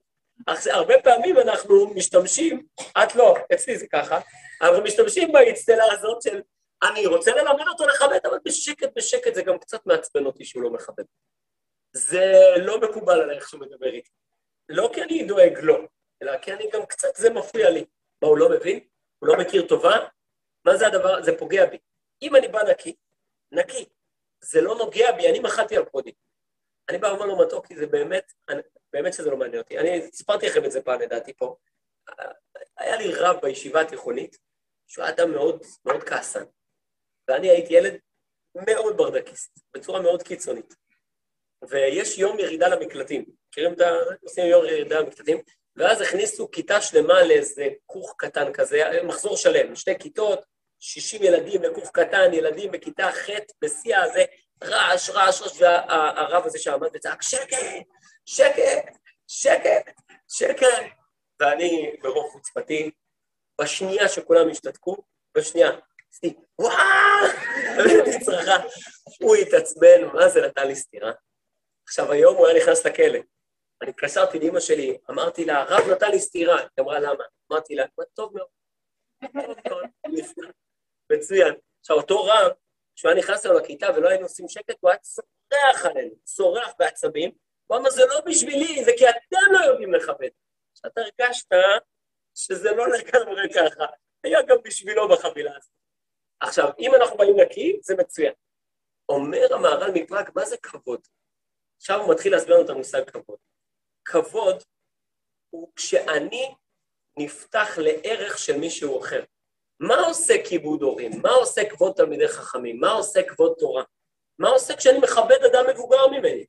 הרבה פעמים אנחנו משתמשים, את לא, אצלי זה ככה, אבל משתמשים באצטלה הזאת של, אני רוצה ללמד אותו לכבד, אבל בשקט בשקט זה גם קצת מעצבן אותי שהוא לא מכבד. זה לא מקובל על איך שהוא מדבר איתי. לא כי אני דואג לו, אלא כי אני גם קצת, זה מפריע לי. מה, הוא לא מבין? הוא לא מכיר טובה? מה זה הדבר? זה פוגע בי. אם אני בא נקי, נקי. זה לא נוגע בי, אני מחלתי על כבודי. אני בא ואומר לו מתוק, כי זה באמת, אני, באמת שזה לא מעניין אותי. אני סיפרתי לכם את זה פעם, לדעתי פה. היה לי רב בישיבה התיכונית, שהוא אדם מאוד, מאוד כעסן. ואני הייתי ילד מאוד ברדקיסט, בצורה מאוד קיצונית. ויש יום ירידה למקלטים. מכירים את ה... עושים יום ירידה למקלטים? ואז הכניסו כיתה שלמה לאיזה כוך קטן כזה, מחזור שלם, שתי כיתות, שישים ילדים לכוך קטן, ילדים בכיתה ח' בשיא הזה, רעש, רעש, רעש, והרב הזה שעמד וצעק, שקט, שקט, שקט, שקט. ואני ברוב חוצפתי, בשנייה שכולם השתתקו, בשנייה, עשיתי, וואו, ואני צרחה, הוא התעצבן, מה זה נתן לי סתירה? עכשיו היום הוא היה נכנס לכלא, אני התקשרתי לאמא שלי, אמרתי לה, הרב נתן לי סתירה, היא אמרה למה? אמרתי לה, טוב מאוד, מצוין. עכשיו אותו רב, כשהוא היה נכנס לנו לכיתה ולא היינו עושים שקט, הוא היה צורח עלינו, צורח בעצבים, הוא אמר, זה לא בשבילי, זה כי אתם לא יודעים לכבד. שאתה הרגשת שזה לא לגמרי ככה, היה גם בשבילו בחבילה הזאת. עכשיו, אם אנחנו באים נקי, זה מצוין. אומר המהר"ל מפראג, מה זה כבוד? עכשיו הוא מתחיל להסביר לנו את המושג כבוד. כבוד הוא כשאני נפתח לערך של מישהו אחר. מה עושה כיבוד הורים? מה עושה כבוד תלמידי חכמים? מה עושה כבוד תורה? מה עושה כשאני מכבד אדם מבוגר ממני?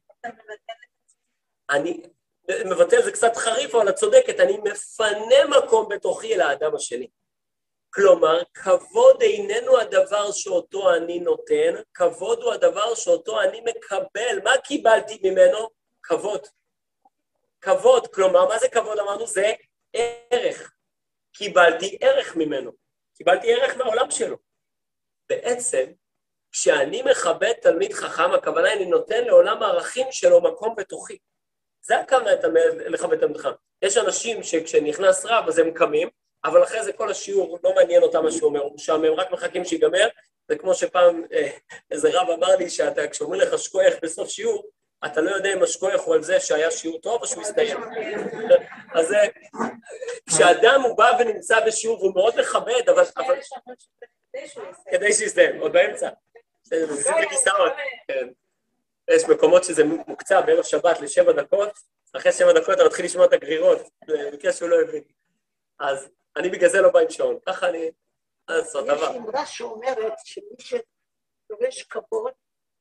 אני מבטל, זה קצת חריף, אבל את צודקת, אני מפנה מקום בתוכי לאדם השני. כלומר, כבוד איננו הדבר שאותו אני נותן, כבוד הוא הדבר שאותו אני מקבל. מה קיבלתי ממנו? כבוד. כבוד, כלומר, מה זה כבוד? אמרנו, זה ערך. קיבלתי ערך ממנו. קיבלתי ערך מהעולם שלו. בעצם, כשאני מכבד תלמיד חכם, הכוונה אני נותן לעולם הערכים שלו מקום בתוכי. זה הכוונה לכבד תלמיד חכם. יש אנשים שכשנכנס רב, אז הם קמים, אבל אחרי זה כל השיעור לא מעניין אותם מה שהוא אומר, הוא משעמם, רק מחכים שיגמר, זה כמו שפעם איזה רב אמר לי, שאתה, כשאומרים לך שכוח בסוף שיעור, אתה לא יודע אם השכוח הוא על זה שהיה שיעור טוב או שהוא הסתיים. אז כשאדם הוא בא ונמצא בשיעור, והוא מאוד מכבד, אבל... כדי שיסתיים, עוד באמצע. זה בכיסאות, כן. יש מקומות שזה מוקצה בערב שבת לשבע דקות, אחרי שבע דקות אתה מתחיל לשמוע את הגרירות, במקרה שהוא לא הבין. אז אני בגלל זה לא בא עם שעון, ככה אני... אז זאת דבר. יש אמרה שאומרת שמי שדורש כבוד,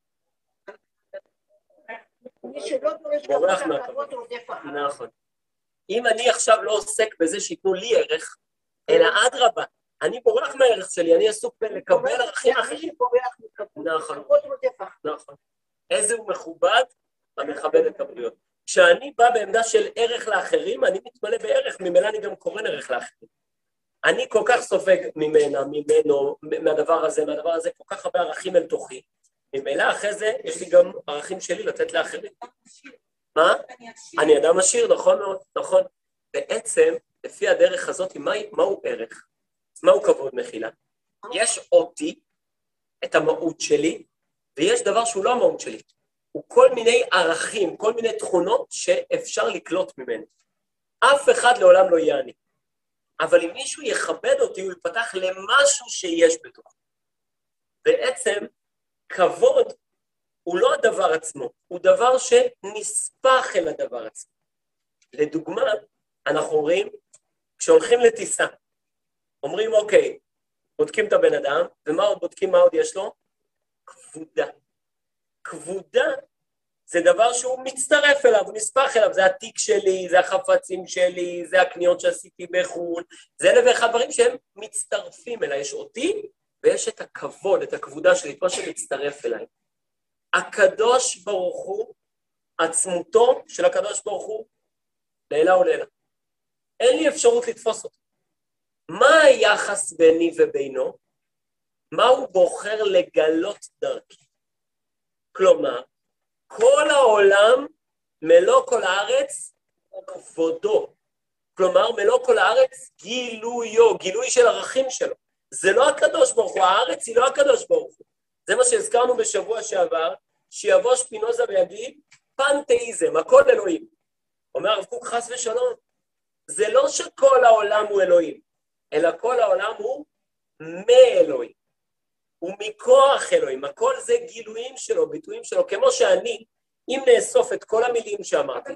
מי שלא דורש כבוד רודף אחריו. נכון. אם אני עכשיו לא עוסק בזה שיתנו לי ערך, אלא אדרבה, אני בורח מהערך שלי, אני עסוק בלקבל ערכים אחרים. אני בורח מכבוד, כבוד רודף אחריו. נכון. איזה הוא מכובד, המכבד את הבריות. כשאני בא בעמדה של ערך לאחרים, אני מתמלא בערך, ממילא אני גם קורן ערך לאחרים. אני כל כך סופג ממנה, ממנו, מהדבר הזה, מהדבר הזה, כל כך הרבה ערכים אל תוכי. ממילא אחרי זה יש לי גם ערכים שלי לתת לאחרים. מה? אני אדם עשיר, נכון מאוד, נכון. בעצם, לפי הדרך הזאת, מהו ערך? מהו כבוד מחילה? יש אותי, את המהות שלי, ויש דבר שהוא לא המהות שלי. הוא כל מיני ערכים, כל מיני תכונות שאפשר לקלוט ממנו. אף אחד לעולם לא יהיה אני. אבל אם מישהו יכבד אותי, הוא יפתח למשהו שיש בתוכו. בעצם, כבוד הוא לא הדבר עצמו, הוא דבר שנספח אל הדבר עצמו. לדוגמה, אנחנו אומרים, כשהולכים לטיסה, אומרים, אוקיי, בודקים את הבן אדם, ומה עוד בודקים, מה עוד יש לו? כבודה. כבודה זה דבר שהוא מצטרף אליו, הוא נספח אליו, זה התיק שלי, זה החפצים שלי, זה הקניות שעשיתי בחו"ל, זה אלף ואחד דברים שהם מצטרפים אליי, יש אותי, ויש את הכבוד, את הכבודה שלי, את מה שמצטרף אליי. הקדוש ברוך הוא, עצמותו של הקדוש ברוך הוא, לילה ולילה. אין לי אפשרות לתפוס אותו. מה היחס ביני ובינו? מה הוא בוחר לגלות דרכי? כלומר, כל העולם, מלוא כל הארץ, כבודו. כלומר, מלוא כל הארץ, גילויו, גילוי של ערכים שלו. זה לא הקדוש ברוך הוא, הארץ היא לא הקדוש ברוך הוא. זה מה שהזכרנו בשבוע שעבר, שיבוא שפינוזה ויגיד, פנתאיזם, הכל אלוהים. אומר הרב קוק חס ושלום, זה לא שכל העולם הוא אלוהים, אלא כל העולם הוא מאלוהים. הוא מכוח אלוהים, הכל זה גילויים שלו, ביטויים שלו, כמו שאני, אם נאסוף את כל המילים שאמרתי.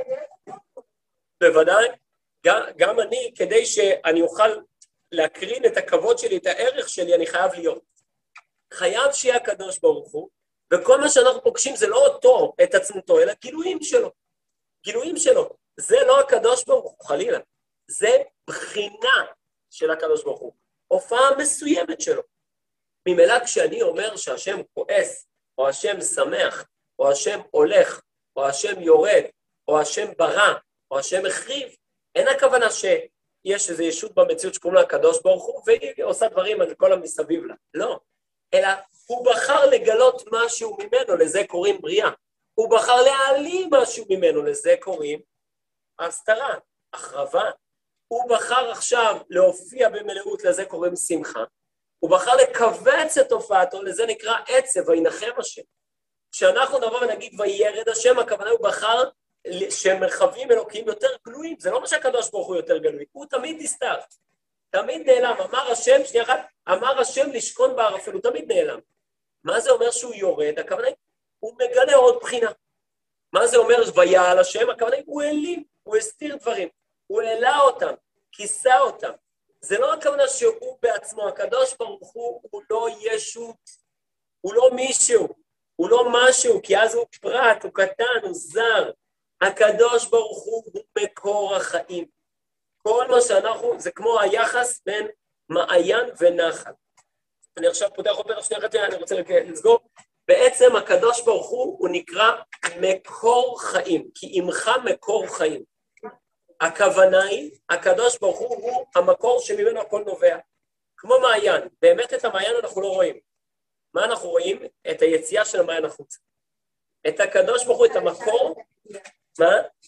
בוודאי, גם, גם אני, כדי שאני אוכל להקרין את הכבוד שלי, את הערך שלי, אני חייב להיות. חייב שיהיה הקדוש ברוך הוא, וכל מה שאנחנו פוגשים זה לא אותו, את עצמותו, אלא גילויים שלו. גילויים שלו. זה לא הקדוש ברוך הוא, חלילה. זה בחינה של הקדוש ברוך הוא. הופעה מסוימת שלו. ממילא כשאני אומר שהשם כועס, או השם שמח, או השם הולך, או השם יורד, או השם ברא, או השם החריב, אין הכוונה שיש איזו ישות במציאות שקוראים לה הקדוש ברוך הוא, והיא עושה דברים על כל המסביב לה. לא. אלא הוא בחר לגלות משהו ממנו, לזה קוראים בריאה. הוא בחר להעלים משהו ממנו, לזה קוראים הסתרה, החרבה. הוא בחר עכשיו להופיע במלאות, לזה קוראים שמחה. הוא בחר לקבץ את הופעתו, לזה נקרא עצב, וינחם השם. כשאנחנו נבוא ונגיד וירד השם, הכוונה הוא בחר שמרחבים אלוקיים יותר גלויים. זה לא מה שהקדוש ברוך הוא יותר גלוי, הוא תמיד נסתר. תמיד נעלם. אמר השם, שנייה אחת, אמר השם לשכון בערפל, הוא תמיד נעלם. מה זה אומר שהוא יורד? הכוונה הוא מגלה עוד בחינה. מה זה אומר ויעל השם? הכוונה הוא העלים, הוא הסתיר דברים, הוא העלה אותם, כיסה אותם. זה לא הכוונה שהוא בעצמו, הקדוש ברוך הוא, הוא לא ישות, הוא לא מישהו, הוא לא משהו, כי אז הוא פרט, הוא קטן, הוא זר. הקדוש ברוך הוא הוא מקור החיים. כל מה שאנחנו, זה כמו היחס בין מעיין ונחל. אני עכשיו פותח עוד פתח שנייה אחת, אני רוצה לסגור. בעצם הקדוש ברוך הוא, הוא נקרא מקור חיים, כי עמך מקור חיים. הכוונה היא, הקדוש ברוך הוא הוא המקור שממנו הכל נובע. כמו מעיין, באמת את המעיין אנחנו לא רואים. מה אנחנו רואים? את היציאה של המעיין החוצה. את הקדוש ברוך הוא, את המקור, מה?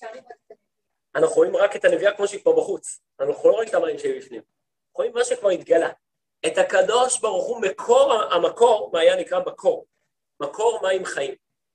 אנחנו רואים רק את הנביאה כמו שהיא כבר בחוץ. אנחנו לא רואים את המים שהיא בפנים. אנחנו רואים מה שכבר התגלה. את הקדוש ברוך הוא מקור, המקור, מעיין נקרא מקור. מקור מים חיים.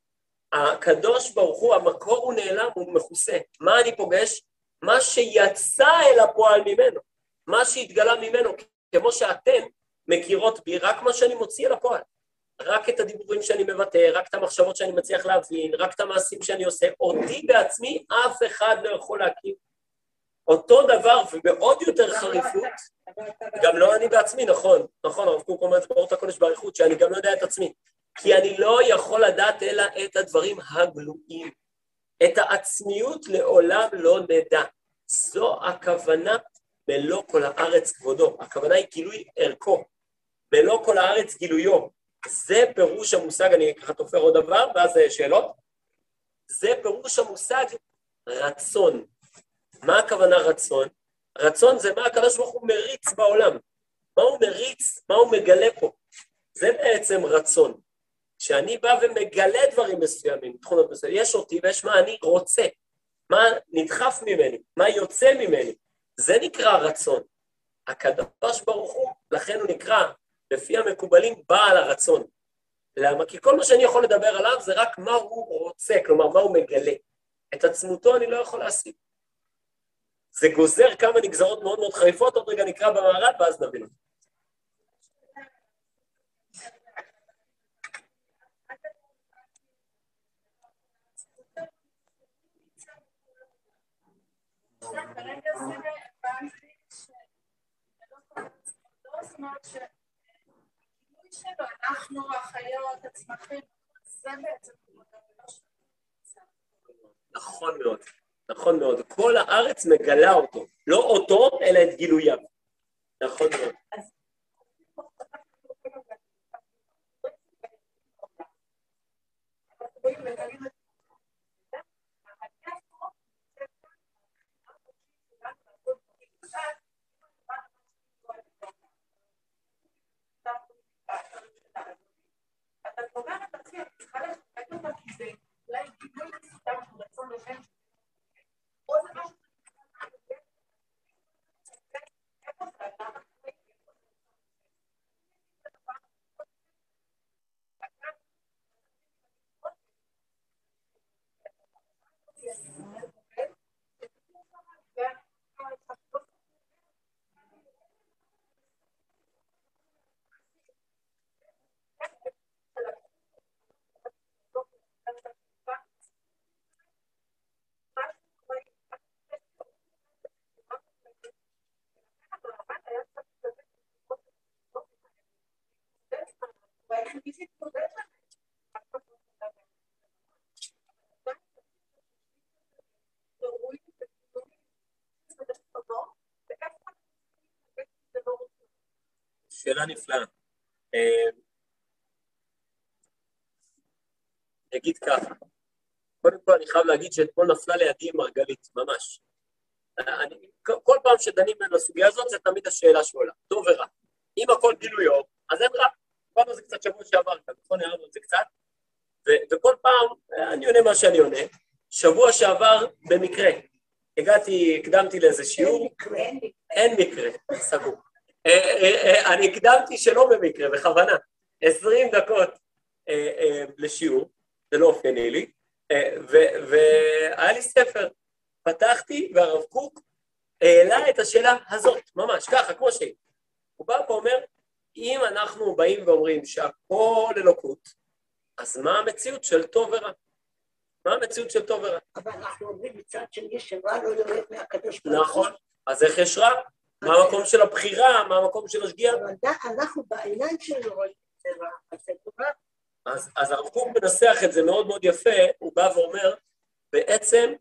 הקדוש ברוך הוא, המקור הוא נעלם, הוא מכוסה. מה אני פוגש? מה שיצא אל הפועל ממנו. מה שהתגלה ממנו, כמו שאתן מכירות בי, רק מה שאני מוציא אל הפועל. רק את הדיבורים שאני מבטא, רק את המחשבות שאני מצליח להבין, רק את המעשים שאני עושה. אותי בעצמי אף אחד לא יכול להכיר. אותו דבר ובעוד יותר חריפות, גם לא אני בעצמי, נכון, נכון, הרב קוק אומר את זה באורות הקודש באריכות, שאני גם לא יודע את עצמי. כי אני לא יכול לדעת אלא את הדברים הגלויים. את העצמיות לעולם לא נדע. זו הכוונה מלוא כל הארץ כבודו. הכוונה היא גילוי ערכו. מלוא כל הארץ גילויו. זה פירוש המושג, אני ככה תופר עוד דבר, ואז שאלות. זה פירוש המושג רצון. מה הכוונה רצון? רצון זה מה הקדוש ברוך הוא מריץ בעולם. מה הוא מריץ, מה הוא מגלה פה. זה בעצם רצון. כשאני בא ומגלה דברים מסוימים, תכונות מסוימים, יש אותי ויש מה אני רוצה, מה נדחף ממני, מה יוצא ממני. זה נקרא רצון. הקדוש ברוך הוא, לכן הוא נקרא, לפי המקובלים, בעל הרצון. למה? כי כל מה שאני יכול לדבר עליו זה רק מה הוא רוצה, כלומר, מה הוא מגלה. את עצמותו אני לא יכול להשיג. זה גוזר כמה נגזרות מאוד מאוד חריפות, עוד רגע נקרא במערד, ואז נבין. כרגע זה הבנתי שלא זאת אומרת שהגילוי שלו, אנחנו החיות, הצמחים, זה בעצם נכון מאוד, נכון מאוד. כל הארץ מגלה אותו, לא אותו, אלא את גילוייו. נכון מאוד. שאלה נפלאה. נגיד ככה, קודם כל אני חייב להגיד שאתמול נפלה לידי מרגלית, ממש. אני, כל פעם שדנים בסוגיה הזאת, זה תמיד השאלה שעולה, טוב ורע. אם הכל גילויו, אז אין רע. פעם זה קצת שבוע שעבר, נכון, הערנו את זה קצת, ו- וכל פעם אני עונה מה שאני עונה. שבוע שעבר במקרה, הגעתי, הקדמתי לאיזה שיעור, אין מקרה, סגור. אני הקדמתי שלא במקרה, בכוונה, עשרים דקות לשיעור, זה לא אופייני לי, והיה לי ספר, פתחתי והרב קוק העלה את השאלה הזאת, ממש, ככה, כמו שהיא. הוא בא ואומר, אם אנחנו באים ואומרים שהכל אלוקות, אז מה המציאות של טוב ורע? מה המציאות של טוב ורע? אבל אנחנו אומרים מצד שני שרע לא יורד מהקדוש ברוך הוא. נכון, אז איך יש רע? מה המקום של הבחירה? מה המקום של השגיאה? אבל אנחנו בעיניים שלנו רואים את זה רע, אז זה טובה. אז הרב קוק מנסח את זה מאוד מאוד יפה, הוא בא ואומר, בעצם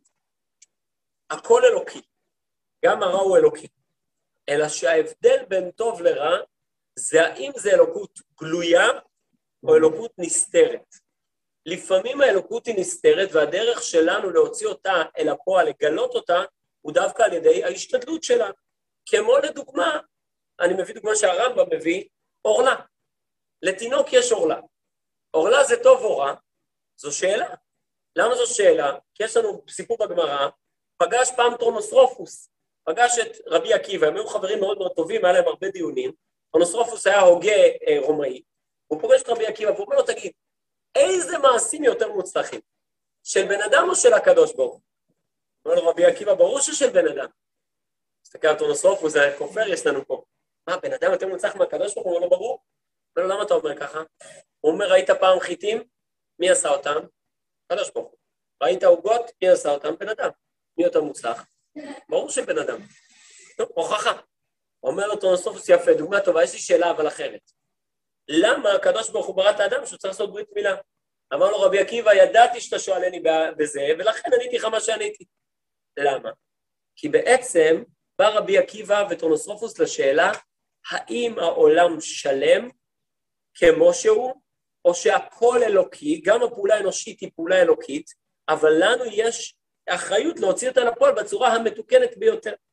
הכל אלוקי, גם הרע הוא אלוקי, אלא שההבדל בין טוב לרע, זה האם זה אלוקות גלויה או אלוקות נסתרת. לפעמים האלוקות היא נסתרת, והדרך שלנו להוציא אותה אל הפועל, לגלות אותה, הוא דווקא על ידי ההשתדלות שלה. כמו לדוגמה, אני מביא דוגמה שהרמב"ם מביא, אורלה. לתינוק יש אורלה. אורלה זה טוב או רע? זו שאלה. למה זו שאלה? כי יש לנו סיפור בגמרא, פגש פעם טרונוסרופוס, פגש את רבי עקיבא, הם היו חברים מאוד מאוד טובים, היה להם הרבה דיונים, טרונוסרופוס היה הוגה אה, רומאי, הוא פוגש את רבי עקיבא, והוא אומר לו, תגיד, איזה מעשים יותר מוצלחים? של בן אדם או של הקדוש ברוך הוא? אומר לו רבי עקיבא, ברור ששל בן אדם. מסתכל על טרונוסרופוס, זה כופר יש לנו פה. מה, בן אדם יותר מוצלח מהקדוש ברוך הוא? הוא אומר לו, ברור. אומר לו, למה אתה אומר ככה? הוא אומר, ראית פעם חיטים? מי עשה אותם? קדוש ברוך הוא. ראית עוגות? מי עשה אותם? בן אדם. מי יותר מוצלח? ברור שבן אדם. טוב, הוכחה. אומר לו טרונוסרופוס, יפה, דוגמה טובה, יש לי שאלה אבל אחרת. למה הקדוש ברוך הוא ברא את האדם שהוא צריך לעשות ברית מילה? אמר לו רבי עקיבא, ידעתי שאתה שואלני בזה, ולכן עניתי לך מה שעניתי. למה? כי בעצם בא רבי עקיבא וטרונוסרופוס לשאלה, האם העולם שלם כמו שהוא, או שהכל אלוקי, גם הפעולה האנושית היא פעולה אלוקית, אבל לנו יש אחריות להוציא אותה לפועל בצורה המתוקנת ביותר.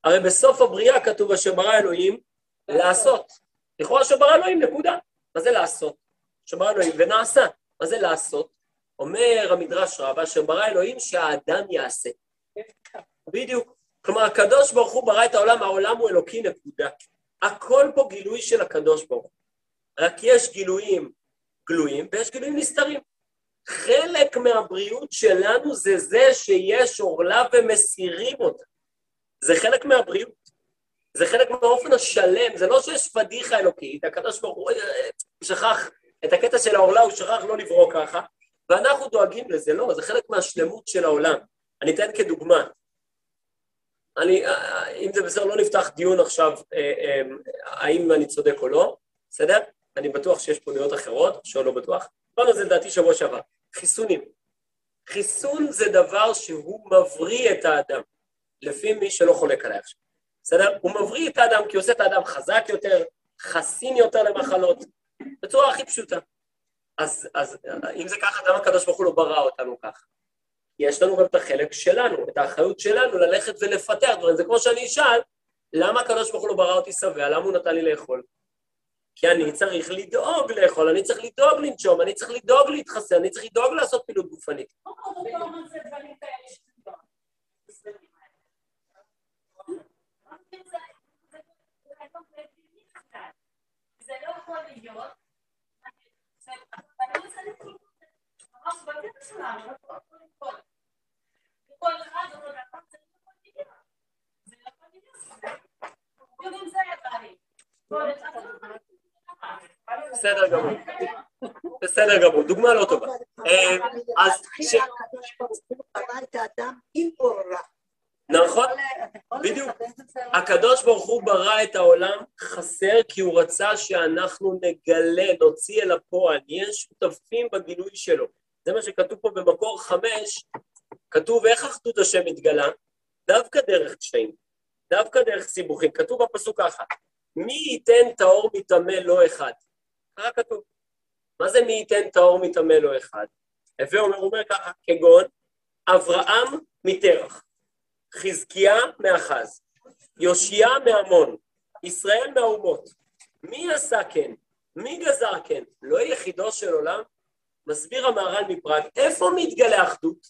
הרי בסוף הבריאה כתוב אשר ברא אלוהים לעשות. לכאורה אשר ברא אלוהים, נקודה. מה זה לעשות? אשר ברא אלוהים ונעשה. מה זה לעשות? אומר המדרש רבה, אשר ברא אלוהים שהאדם יעשה. בדיוק. כלומר, הקדוש ברוך הוא ברא את העולם, העולם הוא אלוקי, נקודה. הכל פה גילוי של הקדוש ברוך הוא. רק יש גילויים גלויים ויש גילויים נסתרים. חלק מהבריאות שלנו זה זה שיש עורלה ומסירים אותה. זה חלק מהבריאות. זה חלק מהאופן השלם. זה לא שיש פדיחה אלוקית, הקדוש ברוך הוא שכח את הקטע של העורלה, הוא שכח לא לברוא ככה, ואנחנו דואגים לזה. לא, זה חלק מהשלמות של העולם. אני אתן כדוגמה. אני, אם זה בסדר, לא נפתח דיון עכשיו, האם אני צודק או לא, בסדר? אני בטוח שיש פה דעות אחרות, שלא בטוח. אבל זה דעתי שבוע שעבר. חיסונים. חיסון זה דבר שהוא מבריא את האדם, לפי מי שלא חולק עליי עכשיו. בסדר? הוא מבריא את האדם כי הוא עושה את האדם חזק יותר, חסין יותר למחלות, בצורה הכי פשוטה. אז, אז אם זה ככה, למה הקדוש ברוך הוא לא ברא אותנו ככה? יש לנו גם את החלק שלנו, את האחריות שלנו ללכת ולפתח דברים. זה כמו שאני אשאל, למה הקדוש ברוך הוא לא ברא אותי שבע? למה הוא נתן לי לאכול? כי אני צריך לדאוג לאכול, אני צריך לדאוג לנשום, אני צריך לדאוג להתחסן, אני צריך לדאוג לעשות פעילות גופנית. זה לא יכול להיות, אני רוצה לקרוא, ממש בקטע שלנו, לא יכול לקרוא. כל אחד או דבר, זה לא יכול להיות. זה לא יכול להיות. גם זה היה בריא. בסדר גמור. בסדר גמור, דוגמה לא טובה. אז ש... נכון, בדיוק. הקדוש ברוך הוא ברא את העולם חסר כי הוא רצה שאנחנו נגלה, נוציא אל הפועל, נהיה שותפים בגילוי שלו. זה מה שכתוב פה במקור חמש, כתוב איך אחדות השם מתגלה, דווקא דרך קשיים, דווקא דרך סיבוכים. כתוב בפסוק ככה, מי ייתן טהור מטמא לא אחד? ככה כתוב. מה זה מי ייתן טהור מטמא לא אחד? הווה אומר, הוא אומר ככה, כגון אברהם מתרח, חזקיה מאחז, יושיה מעמון, ישראל מהאומות. מי עשה כן? מי גזר כן? לא יחידו של עולם? מסביר המהר"ל מפראג, איפה מתגלה אחדות?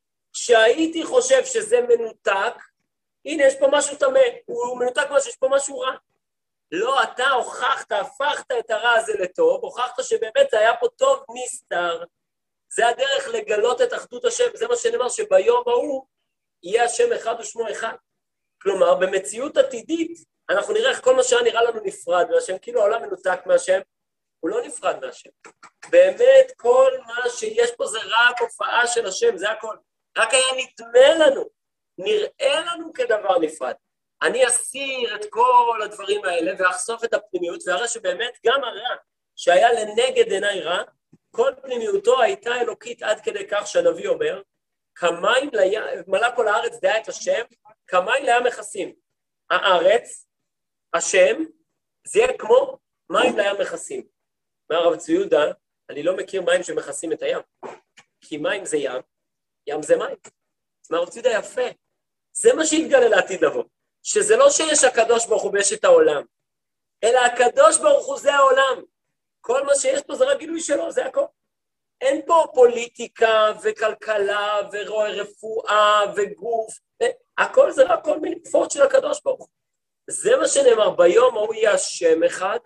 שהייתי חושב שזה מנותק, הנה יש פה משהו טמא, הוא מנותק משהו, יש פה משהו רע. לא, אתה הוכחת, הפכת את הרע הזה לטוב, הוכחת שבאמת זה היה פה טוב נסתר. זה הדרך לגלות את אחדות השם, זה מה שנאמר שביום ההוא יהיה השם אחד ושמו אחד. כלומר, במציאות עתידית, אנחנו נראה איך כל מה שהיה נראה לנו נפרד מהשם, כאילו העולם מנותק מהשם, הוא לא נפרד מהשם. באמת כל מה שיש פה זה רק הופעה של השם, זה הכל. רק היה נדמה לנו, נראה לנו כדבר נפרד. אני אסיר את כל הדברים האלה ואחשוף את הפנימיות, והראה שבאמת גם הרע שהיה לנגד עיניי רע, כל פנימיותו הייתה אלוקית עד כדי כך שהנביא אומר, כמים לים, מלא כל הארץ דעה את השם, כמים לים מכסים. הארץ, השם, זה יהיה כמו מים לים מכסים. מהרב צבי יהודה, אני לא מכיר מים שמכסים את הים, כי מים זה ים, ים זה מים. מהרב צבי יהודה יפה, זה מה שהתגלה לעתיד לבוא, שזה לא שיש הקדוש ברוך הוא ויש את העולם, אלא הקדוש ברוך הוא זה העולם. כל מה שיש פה זה רק גילוי שלו, זה הכל. אין פה פוליטיקה וכלכלה ורפואה וגוף, הכל זה רק כל מיני תפות של הקדוש ברוך הוא. זה מה שנאמר, ביום ההוא יהיה השם אחד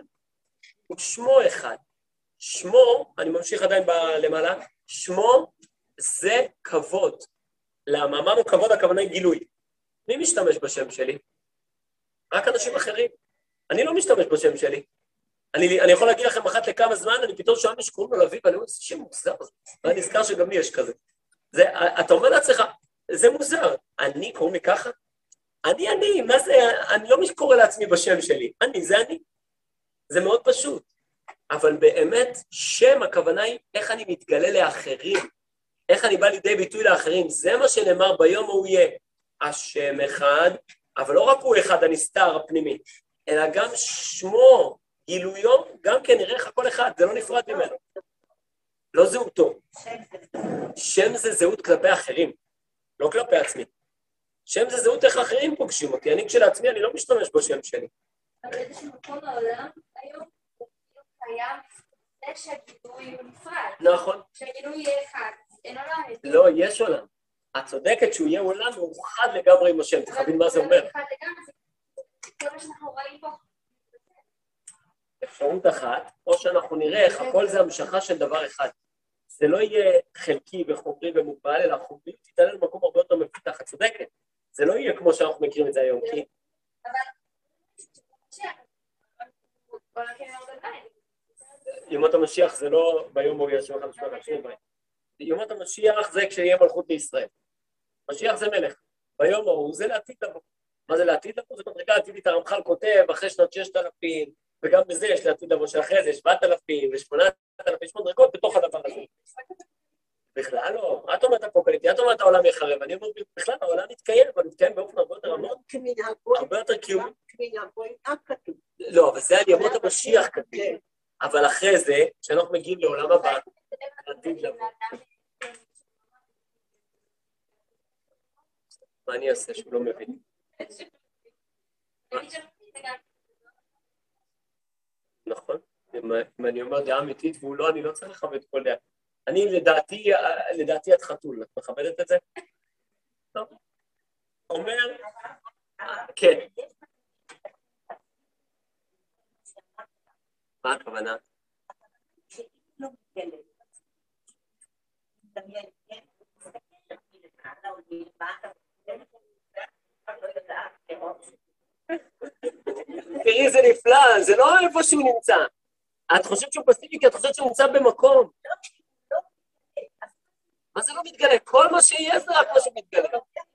ושמו אחד. שמו, אני ממשיך עדיין למעלה, שמו זה כבוד. למה? אמרנו כבוד, הכוונה היא גילוי. מי משתמש בשם שלי? רק אנשים אחרים. אני לא משתמש בשם שלי. אני, אני יכול להגיד לכם אחת לכמה זמן, אני פתאום שואל מי שקוראים לו לוי, ואני אומר, זה שם מוזר, ואני נזכר שגם לי יש כזה. זה, אתה אומר לעצמך, זה מוזר, אני קוראים לי ככה? אני, אני, מה זה, אני לא קורא לעצמי בשם שלי, אני, זה אני. זה מאוד פשוט, אבל באמת, שם הכוונה היא איך אני מתגלה לאחרים, איך אני בא לידי ביטוי לאחרים, זה מה שנאמר ביום הוא יהיה, השם אחד, אבל לא רק הוא אחד הנסתר הפנימי, אלא גם שמו, גילויו, גם כן נראה לך כל אחד, זה לא נפרד ממנו. לא זהותו. שם זה זהות כלפי אחרים, לא כלפי עצמי. שם זה זהות איך אחרים פוגשים אותי, אני כשלעצמי, אני לא משתמש בשם שלי. אבל איזשהו מקום העולם, היום הוא קיים, זה שהגילוי הוא נפרד. נכון. שהגילוי יהיה אחד, אין עולם. לא, יש עולם. את צודקת שהוא יהיה עולם, הוא חד לגמרי עם השם, תחבין מה זה אומר. אחד לגמרי, זה כל מה שאנחנו רואים פה. אפשרות אחת, או שאנחנו נראה איך הכל זה המשכה של דבר אחד. זה לא יהיה חלקי וחומרי ומוגבל, אלא חומרי תיתן לנו מקום הרבה יותר מפותח, את צודקת. זה לא יהיה כמו שאנחנו מכירים את זה היום, כי... ימות המשיח זה לא ביום הוא יש אחד משפחה שני דברים. ימות המשיח זה כשיהיה מלכות בישראל. משיח זה מלך. ביום ההוא זה לעתיד לבוא. מה זה לעתיד לבוא? זה מדרגה עתידית, הרמח"ל כותב אחרי שנת ששת אלפים, וגם בזה יש לעתיד לבוא שאחרי זה שבעת אלפים ושמונת אלפים, יש מדרגות בתוך הדבר הזה. בכלל לא. את אומרת אפוקליפטי, את אומרת העולם יחרב. אני אומר, בכלל העולם מתקיים, אבל מתקיים באופן הרבה יותר עמוק. הרבה יותר קיומי. לא, אבל זה על ימות המשיח כתוב. אבל אחרי זה, כשאנחנו מגיעים לעולם הבא, עתיד לבוא. מה אני אעשה שהוא לא מבין? נכון. אם אני אומר דעה אמיתית והוא לא, אני לא צריך לכבד כל דעה. אני לדעתי, לדעתי את חתול, את מכבדת את זה? טוב. אומר, כן. מה הכוונה? תראי, זה נפלא, זה לא איפה שהוא נמצא. את חושבת שהוא פסיבי, כי את חושבת שהוא נמצא במקום. מה זה לא מתגלה? כל מה שיהיה זה רק מה שמתגלה.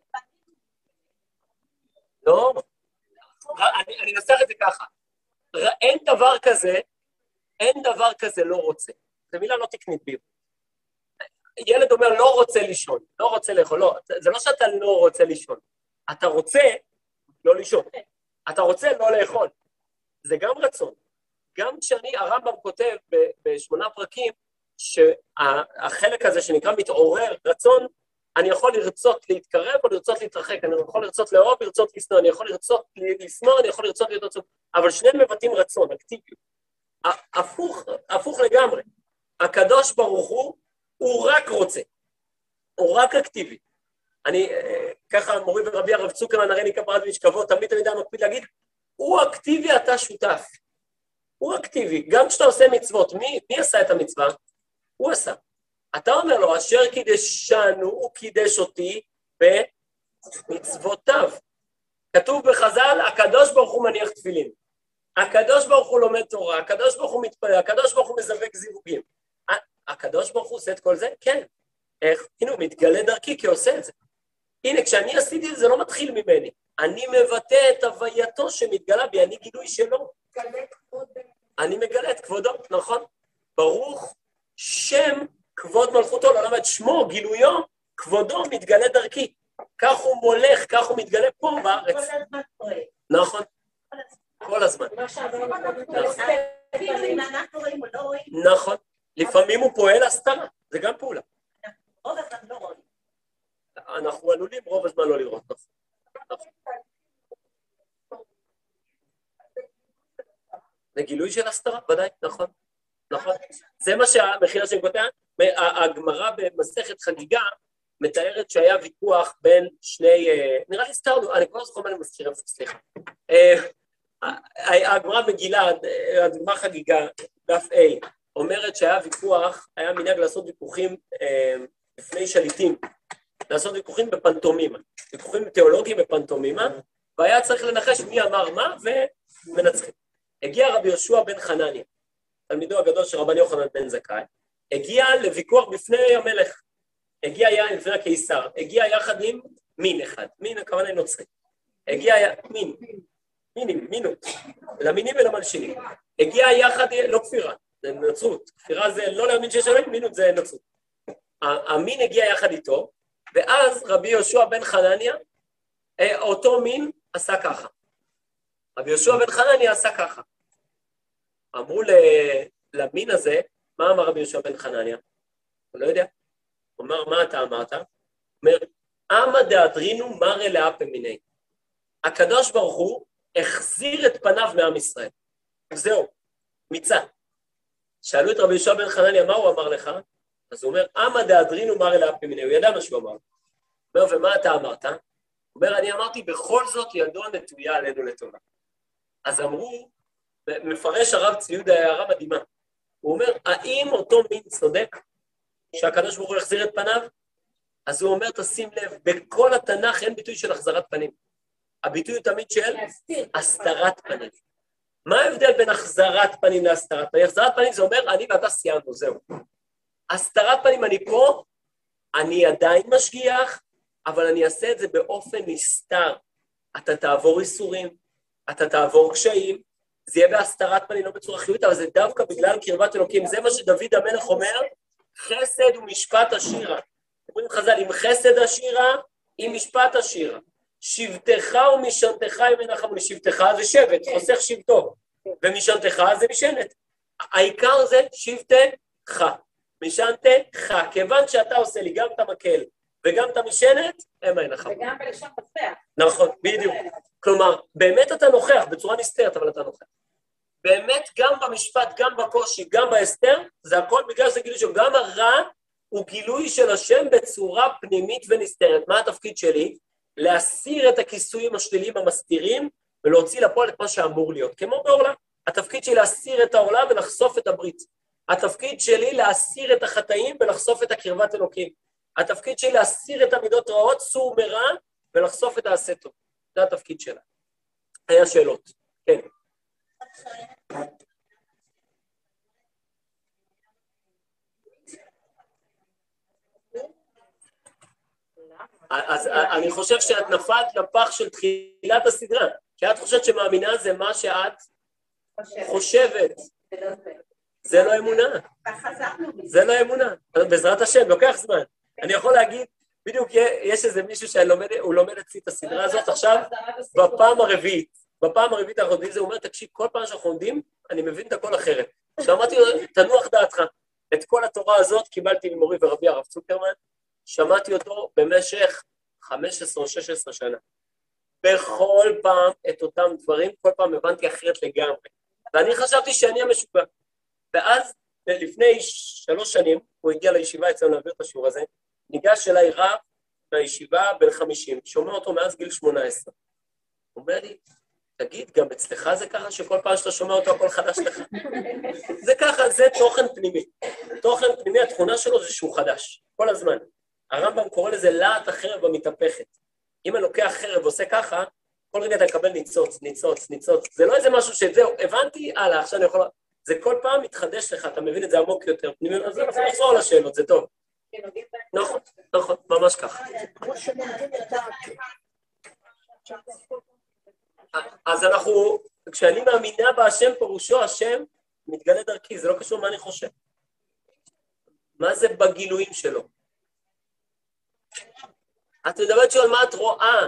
לא. אני אנסח את זה ככה. אין דבר כזה, אין דבר כזה לא רוצה. זו מילה לא תקנית בי. ילד אומר לא רוצה לישון, לא רוצה לאכול, לא. זה לא שאתה לא רוצה לישון. אתה רוצה לא לישון. אתה רוצה לא לאכול. זה גם רצון. גם כשאני, הרמב"ם כותב בשמונה פרקים, שהחלק הזה שנקרא מתעורר רצון, אני יכול לרצות להתקרב או לרצות להתרחק, אני יכול לרצות לאהוב, לרצות לשנוא, אני יכול לרצות לשנוא, אני יכול לרצות להיות רצון, אבל שניהם מבטאים רצון, אקטיביות. הפוך, הפוך לגמרי. הקדוש ברוך הוא, הוא רק רוצה, הוא רק אקטיבי. אני, ככה מורי ורבי הרב צוקרמן, הרי נקברת משכבות, תמיד תמיד היה מקפיד להגיד, הוא אקטיבי, אתה שותף. הוא אקטיבי. גם כשאתה עושה מצוות, מי, מי עשה את המצווה? הוא עשה. אתה אומר לו, אשר קידשנו, הוא קידש אותי במצוותיו. כתוב בחז"ל, הקדוש ברוך הוא מניח תפילין. הקדוש ברוך הוא לומד תורה, הקדוש ברוך הוא מתפלל, הקדוש ברוך הוא מזווק זיווגים. הקדוש ברוך הוא עושה את כל זה? כן. איך? הנה, הוא מתגלה דרכי כי עושה את זה. הנה, כשאני עשיתי את זה, זה לא מתחיל ממני. אני מבטא את הווייתו שמתגלה בי, אני גילוי שלו. אני מגלה את כבודו, נכון? ברוך שם כבוד מלכותו, לא למד שמו, גילויו, כבודו מתגלה דרכי. כך הוא מולך, כך הוא מתגלה פה בארץ. כל הזמן קורה. נכון. כל הזמן. נכון. לפעמים הוא פועל הסתרה, זה גם פעולה. רוב הזמן לא רואים. אנחנו עלולים רוב הזמן לא לראות. זה גילוי של הסתרה, ודאי, נכון. נכון. זה מה שהמחילה שאני כותב, הגמרא במסכת חגיגה מתארת שהיה ויכוח בין שני, נראה לי הזכרנו, אני כבר זוכר מה אני מזכיר, סליחה. הגמרא מגילה, הגמרא חגיגה, דף A, אומרת שהיה ויכוח, היה מנהג לעשות ויכוחים לפני שליטים, לעשות ויכוחים בפנטומימה, ויכוחים תיאולוגיים בפנטומימה, והיה צריך לנחש מי אמר מה ומנצחים. הגיע רבי יהושע בן חנניה, תלמידו הגדול של רבן יוחנן בן זכאי, הגיע לוויכוח בפני המלך, הגיע היה לפני הקיסר, הגיע יחד עם מין אחד, מין הכוונה נוצרי, הגיע מין, מינים, מינות, למינים ולמלשינים, הגיע יחד, לא כפירה, זה נוצרות, כפירה זה לא להאמין שיש אלוהים, מינות זה נוצרות. המין הגיע יחד איתו, ואז רבי יהושע בן חנניה, אותו מין עשה ככה. רבי יהושע בן חנניה עשה ככה. אמרו למין הזה, מה אמר רבי יהושע בן חנניה? הוא לא יודע. הוא אומר, מה אתה אמרת? הוא אומר, אמה דאדרינו מראה לאפה מיני. הקדוש ברוך הוא החזיר את פניו מעם ישראל. זהו, מיצה. שאלו את רבי יהושע בן חנניה, מה הוא אמר לך? אז הוא אומר, אמה דאדרינו מראה לאפה מיני. הוא ידע מה שהוא אמר. הוא אומר, ומה אתה אמרת? הוא אומר, אני אמרתי, בכל זאת ידו נטויה עלינו לטובה. אז אמרו, מפרש הרב צבי יהודה הערה מדהימה. הוא אומר, האם אותו מין צודק שהקדוש ברוך הוא יחזיר את פניו? אז הוא אומר, תשים לב, בכל התנ"ך אין ביטוי של החזרת פנים. הביטוי הוא תמיד של הסתרת פנים. מה ההבדל בין החזרת פנים להסתרת פנים? החזרת פנים זה אומר, אני ואתה סיימנו, זהו. הסתרת פנים, אני פה, אני עדיין משגיח, אבל אני אעשה את זה באופן נסתר. אתה תעבור איסורים, אתה תעבור קשיים, זה יהיה בהסתרת פנים, לא בצורה חיובית, אבל זה דווקא בגלל קרבת אלוקים. זה מה שדוד המלך אומר, חסד ומשפט השירה. אומרים חז"ל, עם חסד השירה, עם משפט השירה. שבטך ומשענתך אם ינחמו לי. שבטך זה שבט, חוסך שבטו. ומשענתך זה משענת. העיקר זה שבטך, משענתך. כיוון שאתה עושה לי גם את המקל וגם את המשענת, הם ינחמו. וגם בלשון נוכח. נכון, בדיוק. כלומר, באמת אתה נוכח, בצורה נסתרת, אבל אתה נוכח. באמת גם במשפט, גם בקושי, גם בהסתר, זה הכל בגלל שזה גילוי שגם הרע הוא גילוי של השם בצורה פנימית ונסתרת. מה התפקיד שלי? להסיר את הכיסויים השליליים המסתירים, ולהוציא לפועל את מה שאמור להיות. כמו בעולם, התפקיד שלי להסיר את העולם ולחשוף את הברית. התפקיד שלי להסיר את החטאים ולחשוף את הקרבת אלוקים. התפקיד שלי להסיר את המידות רעות, סור מרע, ולחשוף את העשה טוב. זה התפקיד שלה. היה שאלות. כן. אז אני חושב שאת נפלת לפח של תחילת הסדרה, כי את חושבת שמאמינה זה מה שאת חושבת. זה לא אמונה. זה לא אמונה. בעזרת השם, לוקח זמן. אני יכול להגיד, בדיוק יש איזה מישהו שהוא לומד אצלי את הסדרה הזאת עכשיו, בפעם הרביעית. בפעם הרביעית אנחנו עומדים, זה אומר, תקשיב, כל פעם שאנחנו עומדים, אני מבין את הכל אחרת. שמעתי, תנוח דעתך. את כל התורה הזאת קיבלתי ממורי ורבי הרב צוקרמן, שמעתי אותו במשך חמש עשרה או שש עשרה שנה. בכל פעם את אותם דברים, כל פעם הבנתי אחרת לגמרי. ואני חשבתי שאני המשוגע. ואז, לפני שלוש שנים, הוא הגיע לישיבה אצלנו להעביר את השיעור הזה, ניגש אליי רב בישיבה בן חמישים, שומע אותו מאז גיל שמונה עשרה. הוא אומר לי, תגיד, גם אצלך זה ככה שכל פעם שאתה שומע אותו הכל חדש לך? זה ככה, זה תוכן פנימי. תוכן פנימי, התכונה שלו זה שהוא חדש, כל הזמן. הרמב"ם קורא לזה להט החרב המתהפכת. אם אני לוקח חרב ועושה ככה, כל רגע אתה מקבל ניצוץ, ניצוץ, ניצוץ. זה לא איזה משהו שזהו, הבנתי, הלאה, עכשיו אני יכול... זה כל פעם מתחדש לך, אתה מבין את זה עמוק יותר. אז אנחנו נחזור לשאלות, זה טוב. נכון, נכון, ממש ככה. אז אנחנו, כשאני מאמינה בהשם פירושו, השם מתגלה דרכי, זה לא קשור מה אני חושב. מה זה בגילויים שלו? את מדברת שואל מה את רואה?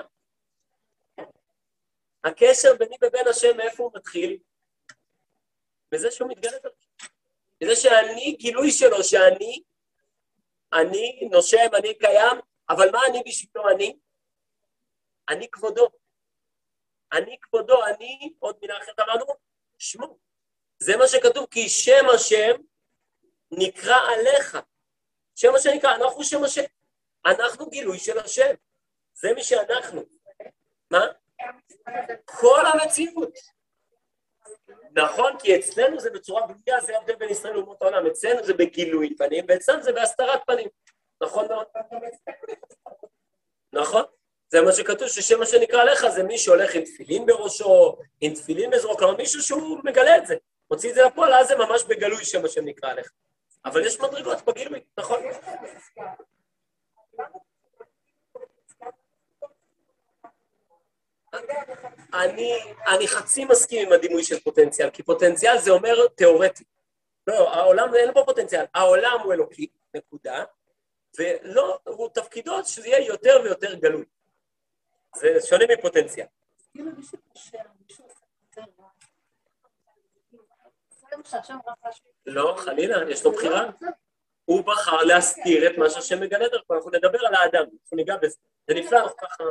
הקשר ביני ובין השם, מאיפה הוא מתחיל? בזה שהוא מתגלה דרכי. בזה שאני גילוי שלו, שאני, אני נושם, אני קיים, אבל מה אני בשבילו אני? אני כבודו. אני כבודו, אני, עוד מילה אחרת אמרנו, שמו. זה מה שכתוב, כי שם השם נקרא עליך. שם השם נקרא, אנחנו שם השם. אנחנו גילוי של השם. זה מי שאנחנו. מה? כל המציאות. נכון, כי אצלנו זה בצורה גלויה, זה הבדל בין ישראל לאומות העולם. אצלנו זה בגילוי פנים, ואצלנו זה בהסתרת פנים. נכון מאוד? נכון? זה מה שכתוב, ששם מה שנקרא עליך זה מי שהולך עם תפילין בראשו, עם תפילין בזרוק, כלומר מישהו שהוא מגלה את זה. מוציא את זה לפועל, אז זה ממש בגלוי שם מה שנקרא עליך. אבל יש מדרגות בגילוי, נכון? אני, אני חצי מסכים עם הדימוי של פוטנציאל, כי פוטנציאל זה אומר תיאורטי. לא, העולם אין בו פוטנציאל, העולם הוא אלוקי, נקודה, ולא, הוא תפקידות שזה יהיה יותר ויותר גלוי. זה שונה מפוטנציאל. לא, חלילה, יש לו בחירה. הוא בחר להסתיר את מה שהשם מגלה דרכו, אנחנו נדבר על האדם, אנחנו ניגע בזה. זה נפלא, אנחנו ככה...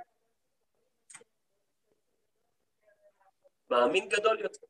מאמין גדול יותר.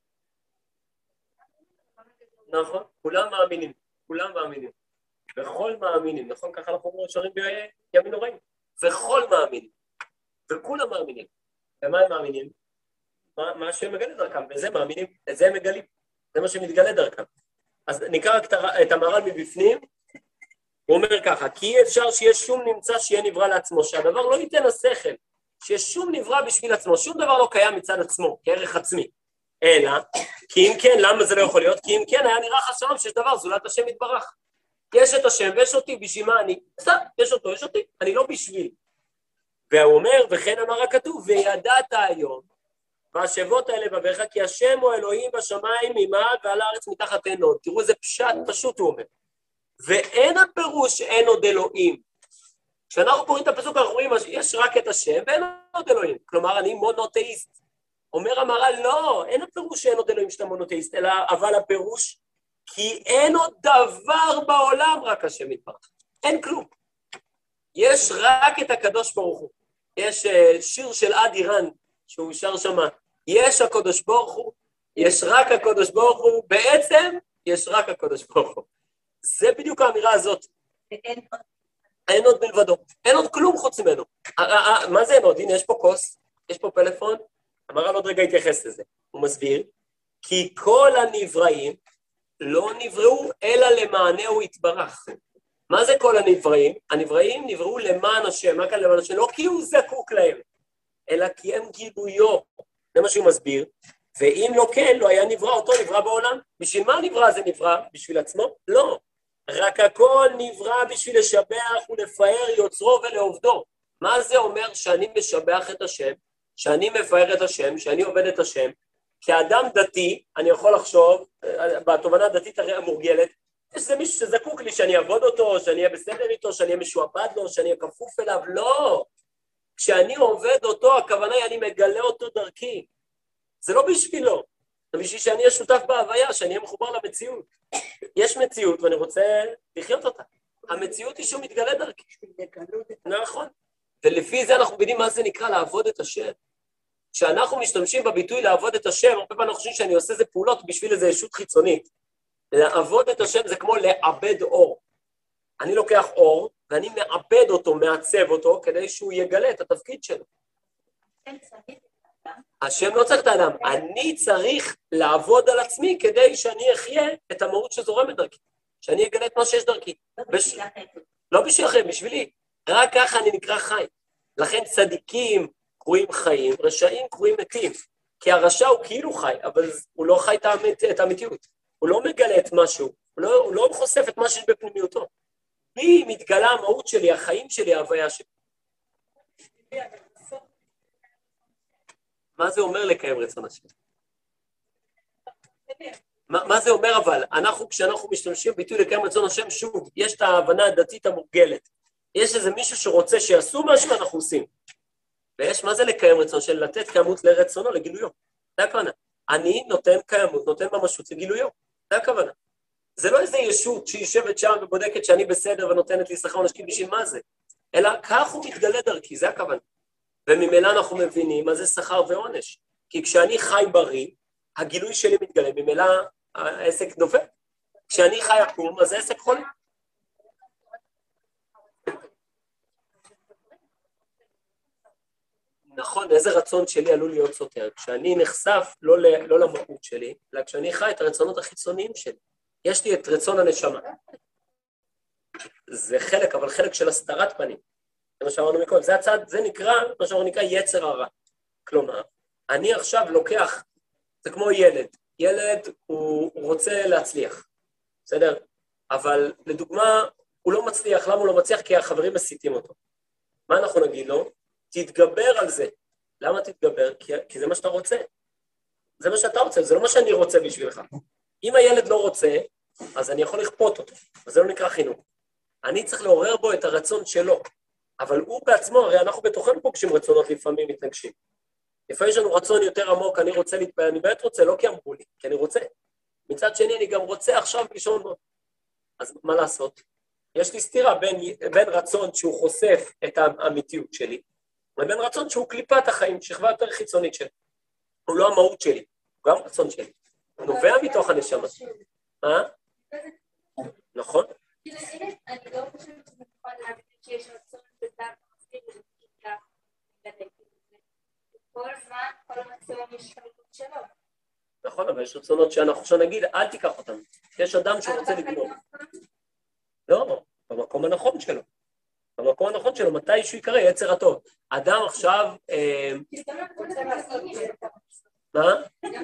נכון, כולם מאמינים, כולם מאמינים. וכל מאמינים, נכון? ככה אנחנו שרים בימים נוראים. וכל מאמינים. וכולם מאמינים. ומה הם מאמינים? מה, מה שהם מגלה דרכם, וזה מאמינים, את זה הם מגלים. זה מה שמתגלה דרכם. אז נקרא את המהר"ל מבפנים, הוא אומר ככה, כי אי אפשר שיש שום נמצא שיהיה נברא לעצמו, שהדבר לא ייתן השכל, שיש שום נברא בשביל עצמו, שום דבר לא קיים מצד עצמו, כערך עצמי. אלא, כי אם כן, למה זה לא יכול להיות? כי אם כן, היה נראה חשבם שיש דבר זולת השם יתברך. יש את השם ויש אותי, בשביל מה אני? סתם, יש אותו, יש אותי, אני לא בשביל. והוא אומר, וכן אמר הכתוב, וידעת היום, והשבות האלה בברך, כי השם הוא אלוהים בשמיים ממעל ועל הארץ מתחת אין עוד. תראו איזה פשט פשוט הוא אומר. ואין הפירוש אין עוד אלוהים. כשאנחנו קוראים את הפסוק אנחנו רואים, יש רק את השם ואין עוד אלוהים. כלומר, אני מונותאיסט. אומר המהר"ל, לא, אין הפירוש שאין עוד אלוהים שאתה מונותאיסט, אלא אבל הפירוש, כי אין עוד דבר בעולם רק השם יתברך. אין כלום. יש רק את הקדוש ברוך הוא. יש uh, שיר של עד אירן, שהוא שר שמה, יש הקדוש ברוך הוא, יש רק הקדוש ברוך הוא, בעצם יש רק הקדוש ברוך הוא. זה בדיוק האמירה הזאת. ואין עוד. אין עוד מלבדו. אין עוד כלום חוץ ממנו. מה זה אין עוד? הנה, יש פה כוס, יש פה פלאפון, המהר"ל עוד רגע התייחס לזה. הוא מסביר, כי כל הנבראים לא נבראו אלא למענהו יתברך. מה זה כל הנבראים? הנבראים נבראו למען השם. מה כאן למען השם? לא כי הוא זקוק להם, אלא כי הם גילויו. זה מה שהוא מסביר. ואם לא כן, לא היה נברא אותו, נברא בעולם. בשביל מה נברא זה נברא? בשביל עצמו? לא. רק הכל נברא בשביל לשבח ולפאר יוצרו ולעובדו. מה זה אומר שאני משבח את השם, שאני מפאר את השם, שאני עובד את השם? כאדם דתי, אני יכול לחשוב, בתובנה הדתית המורגלת, יש זה מישהו שזקוק לי שאני אעבוד אותו, שאני אהיה בסדר איתו, שאני אהיה משועבד לו, שאני אהיה כפוף אליו. לא. כשאני עובד אותו, הכוונה היא אני מגלה אותו דרכי. זה לא בשבילו. זה בשביל שאני אהיה שותף בהוויה, שאני אהיה מחובר למציאות. יש מציאות ואני רוצה לחיות אותה. המציאות היא שהוא מתגלה דרכי. נכון. ולפי זה אנחנו מבינים מה זה נקרא לעבוד את השם. כשאנחנו משתמשים בביטוי לעבוד את השם, הרבה פעמים אנחנו חושבים שאני עושה איזה פעולות בשביל איזו ישות חיצונית. לעבוד את השם זה כמו לעבד אור. אני לוקח אור ואני מעבד אותו, מעצב אותו, כדי שהוא יגלה את התפקיד שלו. השם לא צריך את האדם, אני צריך לעבוד על עצמי כדי שאני אחיה את המהות שזורמת דרכי, שאני אגלה את מה שיש דרכי. בש... לא בשבילכם, בשבילי. רק ככה אני נקרא חי. לכן צדיקים קרויים חיים, רשעים קרויים מתים. כי הרשע הוא כאילו חי, אבל הוא לא חי את האמיתיות. הוא לא מגלה את משהו, הוא לא, הוא לא חושף את מה שיש בפנימיותו. בי מתגלה המהות שלי, החיים שלי, ההוויה שלי. מה זה אומר לקיים רצון השם? מה, מה זה אומר אבל? אנחנו, כשאנחנו משתמשים ביטוי לקיים רצון השם, שוב, יש את ההבנה הדתית המורגלת. יש איזה מישהו שרוצה שיעשו משהו, אנחנו עושים. ויש מה זה לקיים רצון של לתת קיימות לרצונו, לגילויו. זה הכוונה. אני נותן קיימות, נותן ממשות לגילויו. זה הכוונה. זה לא איזה ישות שיושבת שם ובודקת שאני בסדר ונותנת לי שכר ונשקיע בשביל מה זה. אלא כך הוא מתגלה דרכי, זה הכוונה. וממילא אנחנו מבינים מה זה שכר ועונש. כי כשאני חי בריא, הגילוי שלי מתגלה, ממילא העסק דופק. כשאני חי עקום, אז העסק חולה. נכון, איזה רצון שלי עלול להיות סותר. כשאני נחשף לא, לא למהות שלי, אלא כשאני חי את הרצונות החיצוניים שלי. יש לי את רצון הנשמה. זה חלק, אבל חלק של הסתרת פנים. זה מה שאמרנו מקודם, זה הצד, זה נקרא, מה שאמרנו נקרא יצר הרע. כלומר, אני עכשיו לוקח, זה כמו ילד. ילד הוא, הוא רוצה להצליח, בסדר? אבל לדוגמה, הוא לא מצליח, למה הוא לא מצליח? כי החברים מסיתים אותו. מה אנחנו נגיד לו? תתגבר על זה. למה תתגבר? כי, כי זה מה שאתה רוצה. זה מה שאתה רוצה, זה לא מה שאני רוצה בשבילך. אם הילד לא רוצה, אז אני יכול לכפות אותו, אז זה לא נקרא חינוך. אני צריך לעורר בו את הרצון שלו, אבל הוא בעצמו, הרי אנחנו בתוכנו פוגשים רצונות לפעמים מתנגשים. לפעמים יש לנו רצון יותר עמוק, אני רוצה להתפעל, אני באמת רוצה, לא כי אמרו לי, כי אני רוצה. מצד שני, אני גם רוצה עכשיו לישון בו. אז מה לעשות? יש לי סתירה בין, בין רצון שהוא חושף את האמיתיות שלי, לבין רצון שהוא קליפת החיים, שכבה יותר חיצונית שלי. הוא לא המהות שלי, הוא גם רצון שלי. הוא נובע מתוך הנשמה. מה? נכון? אני לא חושבת שזה נכון להגיד שיש רצון בדעת המסתיר ולכן כל זמן, כל רצון יש חלקות שלו. נכון, אבל יש רצונות שאנחנו עכשיו נגיד, אל תיקח אותם. יש אדם שרוצה לגנוב. לא, במקום הנכון שלו. במקום הנכון שלו, מתי שהוא יקרא יצר הטוב. אדם עכשיו... מה?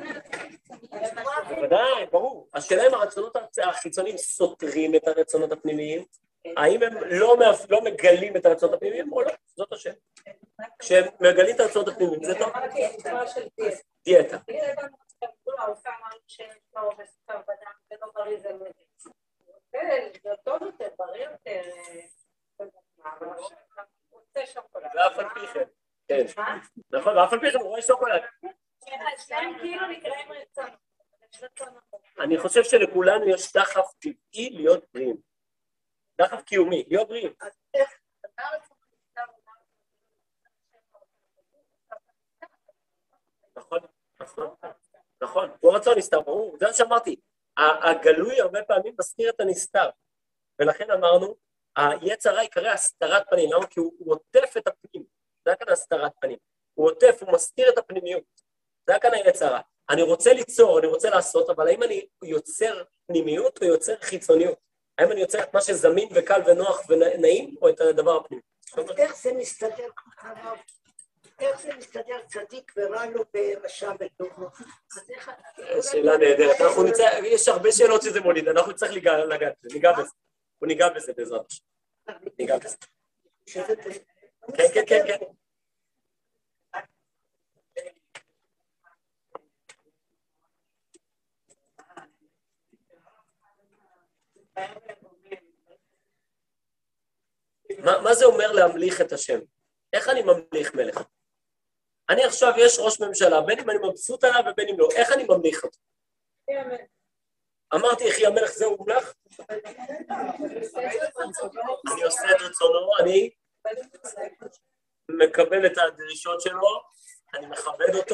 ודאי, ברור. השאלה אם הרצונות החיצוניים סותרים את הרצונות הפנימיים, האם הם לא מגלים את הרצונות הפנימיים או לא? זאת השאלה. כשהם מגלים את הרצונות הפנימיים, זה טוב. דיאטה. הרופא אמר שיש לו בסוכר בדם, זה לא בריא, זה מדיץ. זה טוב יותר, בריא יותר, אבל רוצה שוקולד. ואף על פי כן. כן. נכון, ואף על פי כן הוא רואה שוקולד. שהם כאילו נקראים רצון. אני חושב שלכולנו יש דחף טבעי להיות בריאים. דחף קיומי, להיות בריאים. אז איך? נכון, נכון. נכון, הוא רצון נסתר, ברור, זה מה שאמרתי, הגלוי הרבה פעמים מסתיר את הנסתר, ולכן אמרנו, היצר העיקרי הסתרת פנים, למה? כי הוא, הוא עוטף את הפנים, זה כאן הסתרת פנים, הוא עוטף, הוא מסתיר את הפנימיות, זה כאן היצר, אני רוצה ליצור, אני רוצה לעשות, אבל האם אני יוצר פנימיות או יוצר חיצוניות? האם אני יוצר את מה שזמין וקל ונוח ונעים, או את הדבר הפנימי? איך זה מסתדר ככה? איך זה מסתדר צדיק ורע לו ורשע בתוכו? שאלה נהדרת, אנחנו נצא, יש הרבה שאלות שזה מוליד, אנחנו נצטרך לגעת בזה, ניגע בזה, הוא ניגע בזה בעזרת השם, ניגע בזה. כן, כן, כן, כן. מה זה אומר להמליך את השם? איך אני ממליך מלך? אני עכשיו, יש ראש ממשלה, בין אם אני מבסוט עליו ובין אם לא, איך אני ממליך אותו? אמרתי, איך יהיה המלך זהו מלך? אני עושה את רצונו, אני מקבל את הדרישות שלו, אני מכבד אותו.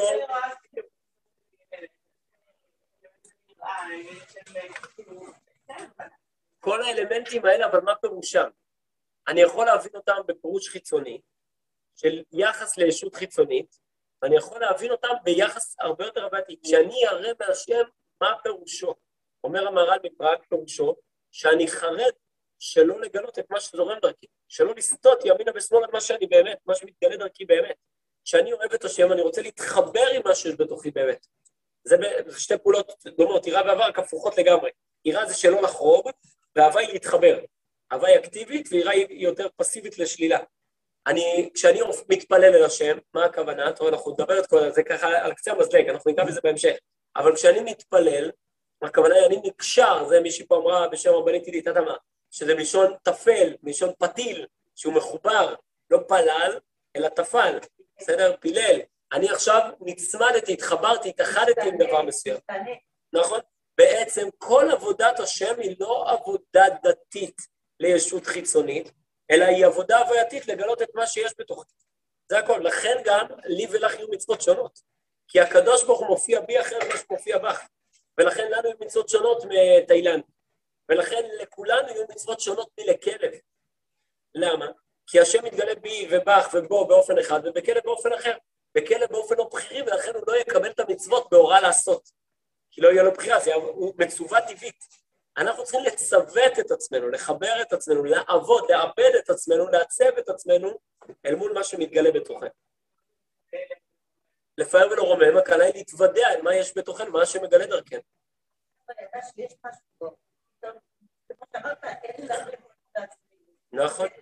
כל האלמנטים האלה, אבל מה פירושם? אני יכול להבין אותם בפירוש חיצוני, של יחס לישות חיצונית, ואני יכול להבין אותם ביחס הרבה יותר רבתי. כשאני אראה מהשם מה פירושו, אומר המהר"ל מפראג פירושו, שאני חרד שלא לגלות את מה שזורם דרכי, שלא לסטות ימינה ושמאלה את מה שאני באמת, מה שמתגלה דרכי באמת. כשאני אוהב את השם, אני רוצה להתחבר עם מה שיש בתוכי באמת. זה, זה שתי פעולות דומות, יראה ועבר כפוכות לגמרי. יראה זה שלא לחרוג, ואהבה היא להתחבר. אהבה היא אקטיבית, ויראה היא יותר פסיבית לשלילה. אני, כשאני מתפלל אל השם, מה הכוונה? טוב, אנחנו נדבר את כל זה ככה על קצה המזלג, אנחנו ניגע בזה בהמשך. אבל כשאני מתפלל, הכוונה היא, אני נקשר, זה מישהי פה אמרה בשם רבנית עידית אדמה, שזה מלשון תפל, מלשון פתיל, שהוא מחובר, לא פלל, אלא תפל, בסדר? פילל. אני עכשיו נצמדתי, התחברתי, התאחדתי עם דבר מסוים. נכון? בעצם כל עבודת השם היא לא עבודה דתית לישות חיצונית, אלא היא עבודה הווייתית לגלות את מה שיש בתוכי. זה הכל. לכן גם לי ולך יהיו מצוות שונות. כי הקדוש ברוך הוא מופיע בי אחר ממה שמופיע בך. ולכן לנו יהיו מצוות שונות מתאילנד. ולכן לכולנו יהיו מצוות שונות מלכלב. למה? כי השם מתגלה בי ובך ובו באופן אחד, ובכלב באופן אחר. בכלב באופן לא בחירי, ולכן הוא לא יקבל את המצוות בהוראה לעשות. כי לא יהיה לו בחירה, זה הוא מצווה טבעית. אנחנו צריכים לצוות את עצמנו, לחבר את עצמנו, לעבוד, לעבד את עצמנו, לעצב את עצמנו אל מול מה שמתגלה בתוכנו. לפעמים ולא רומם, הכוונה היא להתוודע על מה יש בתוכנו, מה שמגלה דרכנו. נכון.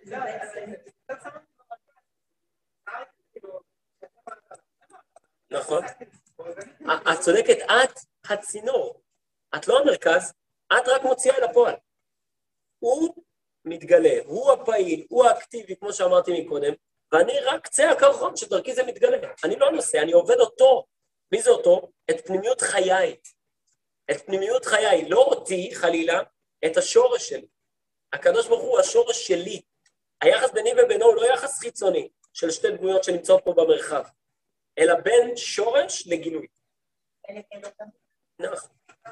נכון. את צודקת, את הצינור, את לא המרכז, את רק מוציאה אל הפועל. הוא מתגלה, הוא הפעיל, הוא האקטיבי, כמו שאמרתי מקודם, ואני רק קצה הקרחון שדרכי זה מתגלה. אני לא נושא, אני עובד אותו. מי זה אותו? את פנימיות חיי. את פנימיות חיי, לא אותי חלילה, את השורש שלי. הקדוש ברוך הוא השורש שלי. היחס ביני ובינו הוא לא יחס חיצוני של שתי דמויות שנמצאות פה במרחב, אלא בין שורש לגילוי. נכון.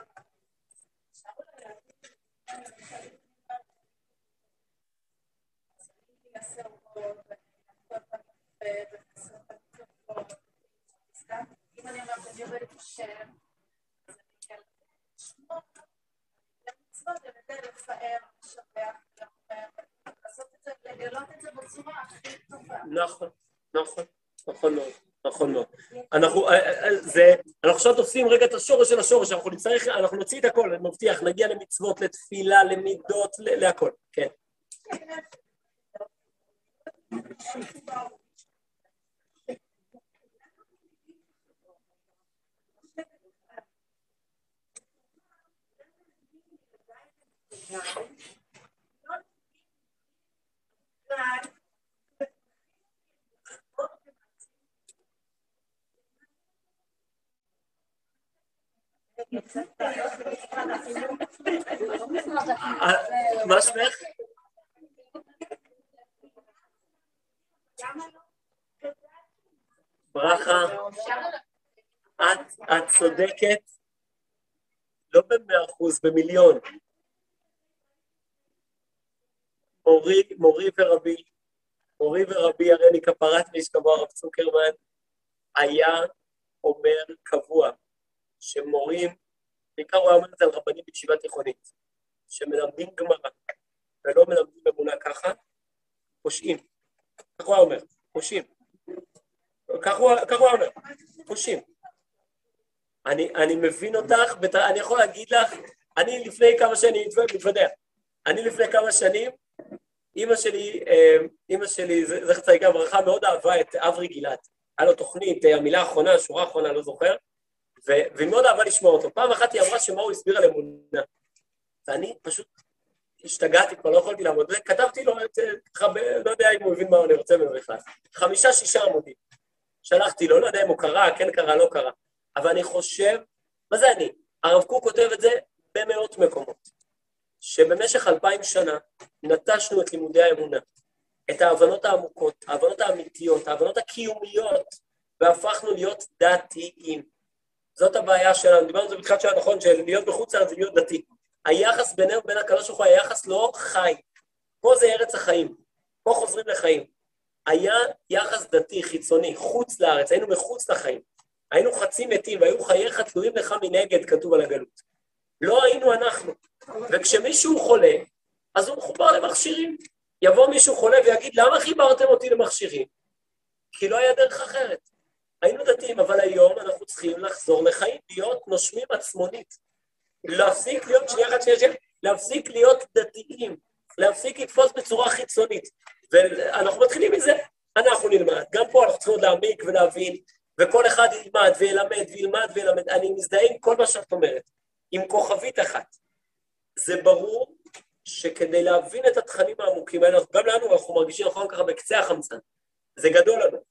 אם אני אומרת, אני עובדת בשם, אז אני כאלה לשמור, אני מצוות, ובדי לפאר, לשבח, לעשות את זה, לגלות את זה בצורה הכי טובה. נכון, נכון, נכון מאוד, נכון מאוד. אנחנו, זה, אנחנו עכשיו תופסים רגע את השורש של השורש, אנחנו נצטרך, אנחנו נוציא את הכל, אני מבטיח, נגיע למצוות, לתפילה, למידות, להכל, כן. מה שמך? ברכה, את צודקת, לא במאה אחוז, במיליון. מורי, מורי ורבי, מורי ורבי הרי כפרת משכמו הרב צוקרמן, היה אומר קבוע, שמורים, בעיקר הוא אומר את זה על רבנים בישיבה תיכונית, שמלמדים גמרא, ולא מלמדים אמונה ככה, פושעים. כך הוא אומר, פושעים. כך הוא, כך הוא אומר, פושעים. אני, אני מבין אותך, בת... אני יכול להגיד לך, אני לפני כמה שנים, מתוודע, אני לפני כמה שנים, אמא שלי, אמא שלי, זכר צדיקה ברכה, מאוד אהבה את אברי גלעד. היה לו תוכנית, המילה האחרונה, השורה האחרונה, לא זוכר, והיא מאוד אהבה לשמוע אותו. פעם אחת היא אמרה שמה הוא הסביר על אמונה. ואני פשוט השתגעתי, כבר לא יכולתי לעמוד. כתבתי לו את, לא יודע אם הוא הבין מה אני רוצה ממנו בכלל. חמישה, שישה עמודים. שלחתי לו, לא יודע אם הוא קרא, כן קרא, לא קרא. אבל אני חושב, מה זה אני? הרב קוק כותב את זה במאות מקומות. שבמשך אלפיים שנה נטשנו את לימודי האמונה, את ההבנות העמוקות, ההבנות האמיתיות, ההבנות הקיומיות, והפכנו להיות דתיים. זאת הבעיה שלנו, דיברנו על זה בתחילת שעה, נכון, של להיות בחוץ לארץ ולהיות דתי. היחס בינינו ובין הקדוש ברוך הוא, היחס לא חי. פה זה ארץ החיים, פה חוזרים לחיים. היה יחס דתי, חיצוני, חוץ לארץ, היינו מחוץ לחיים. היינו חצי מתים, והיו חייך תלויים לך מנגד, כתוב על הגלות. לא היינו אנחנו. וכשמישהו חולה, אז הוא מחובר למכשירים. יבוא מישהו חולה ויגיד, למה חיברתם אותי למכשירים? כי לא היה דרך אחרת. היינו דתיים, אבל היום אנחנו צריכים לחזור לחיים, להיות נושמים עצמונית. להפסיק להיות, שנייה אחת שנייה שנייה, להפסיק להיות דתיים, להפסיק לתפוס בצורה חיצונית. ואנחנו מתחילים מזה, אנחנו נלמד. גם פה אנחנו צריכים להעמיק ולהבין, וכל אחד ילמד וילמד וילמד וילמד. אני מזדהה עם כל מה שאת אומרת, עם כוכבית אחת. זה ברור שכדי להבין את התכנים העמוקים האלה, גם לנו אנחנו מרגישים נכון ככה בקצה החמצן. זה גדול לנו.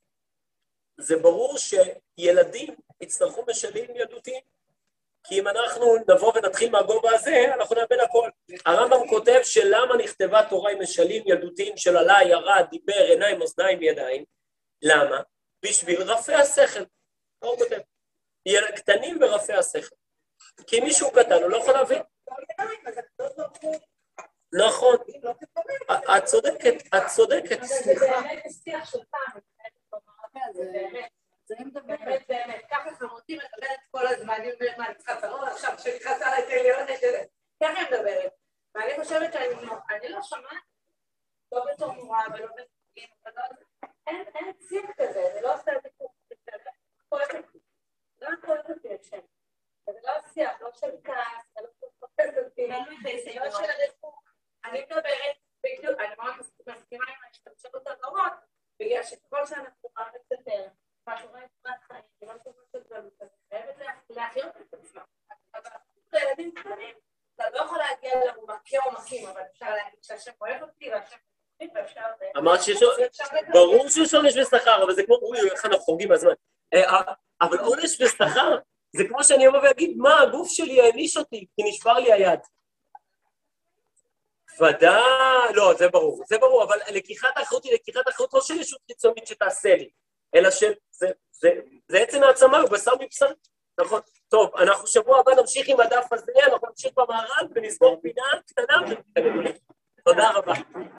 זה ברור שילדים יצטרכו משלים ילדותיים, כי אם אנחנו נבוא ונתחיל מהגובה הזה, אנחנו נאבד הכל. הרמב"ם כותב שלמה נכתבה תורה עם משלים ילדותיים של עלה, ירד, דיבר, עיניים, אוזניים, ידיים. למה? בשביל רפי השכל. הוא כותב. קטנים ורפי השכל. כי מישהו קטן, הוא לא יכול להבין. נכון. את צודקת, את צודקת. זה באמת שיח של פעם. זה באמת, באמת, ככה חמותי מדברת כל הזמן, אני אומרת מה, אני צריכה צרות עכשיו, שנכנסה עליי תליון, ככה היא מדברת. ואני חושבת שאני לא שמעת, לא בתור מורה ולא בתור, אין שיח כזה, זה לא עושה את זה כזה, כואבת אותי, לא כואבת אותי את שם. זה לא שיח, לא של כעס, זה לא כואבת אותי, לא של ריחוק. אני מדברת, בדיוק, אני ממש מסכימה עם ההשתמשות הדברות, בגלל שכל שאנחנו רואים יותר, מה קורה את חיים, ומה קורה את גלות, אז חייבת להחיות את עצמה. אבל לילדים קטנים, אתה לא יכול להגיע לעומקי עומקים, אבל אפשר להגיד שהשם אוהב אותי, והשם אוהב אותי, ואפשר... אמרת שיש... ברור שיש עונש ושכר, אבל זה כמו... אוי, איך אנחנו חורגים מהזמן. אבל עונש ושכר, זה כמו שאני אבוא ואגיד, מה, הגוף שלי העניש אותי, כי נשבר לי היד. ודאי, לא, זה ברור, זה ברור, אבל לקיחת האחריות היא לקיחת האחריות לא של ישות חיצונית שתעשה לי, אלא של, זה, זה, זה עצם העצמה, הוא בשר מבשר, נכון? טוב, אנחנו שבוע הבא נמשיך עם הדף הזה, אנחנו נמשיך במערב ונסגור פינה קטנה. תודה רבה.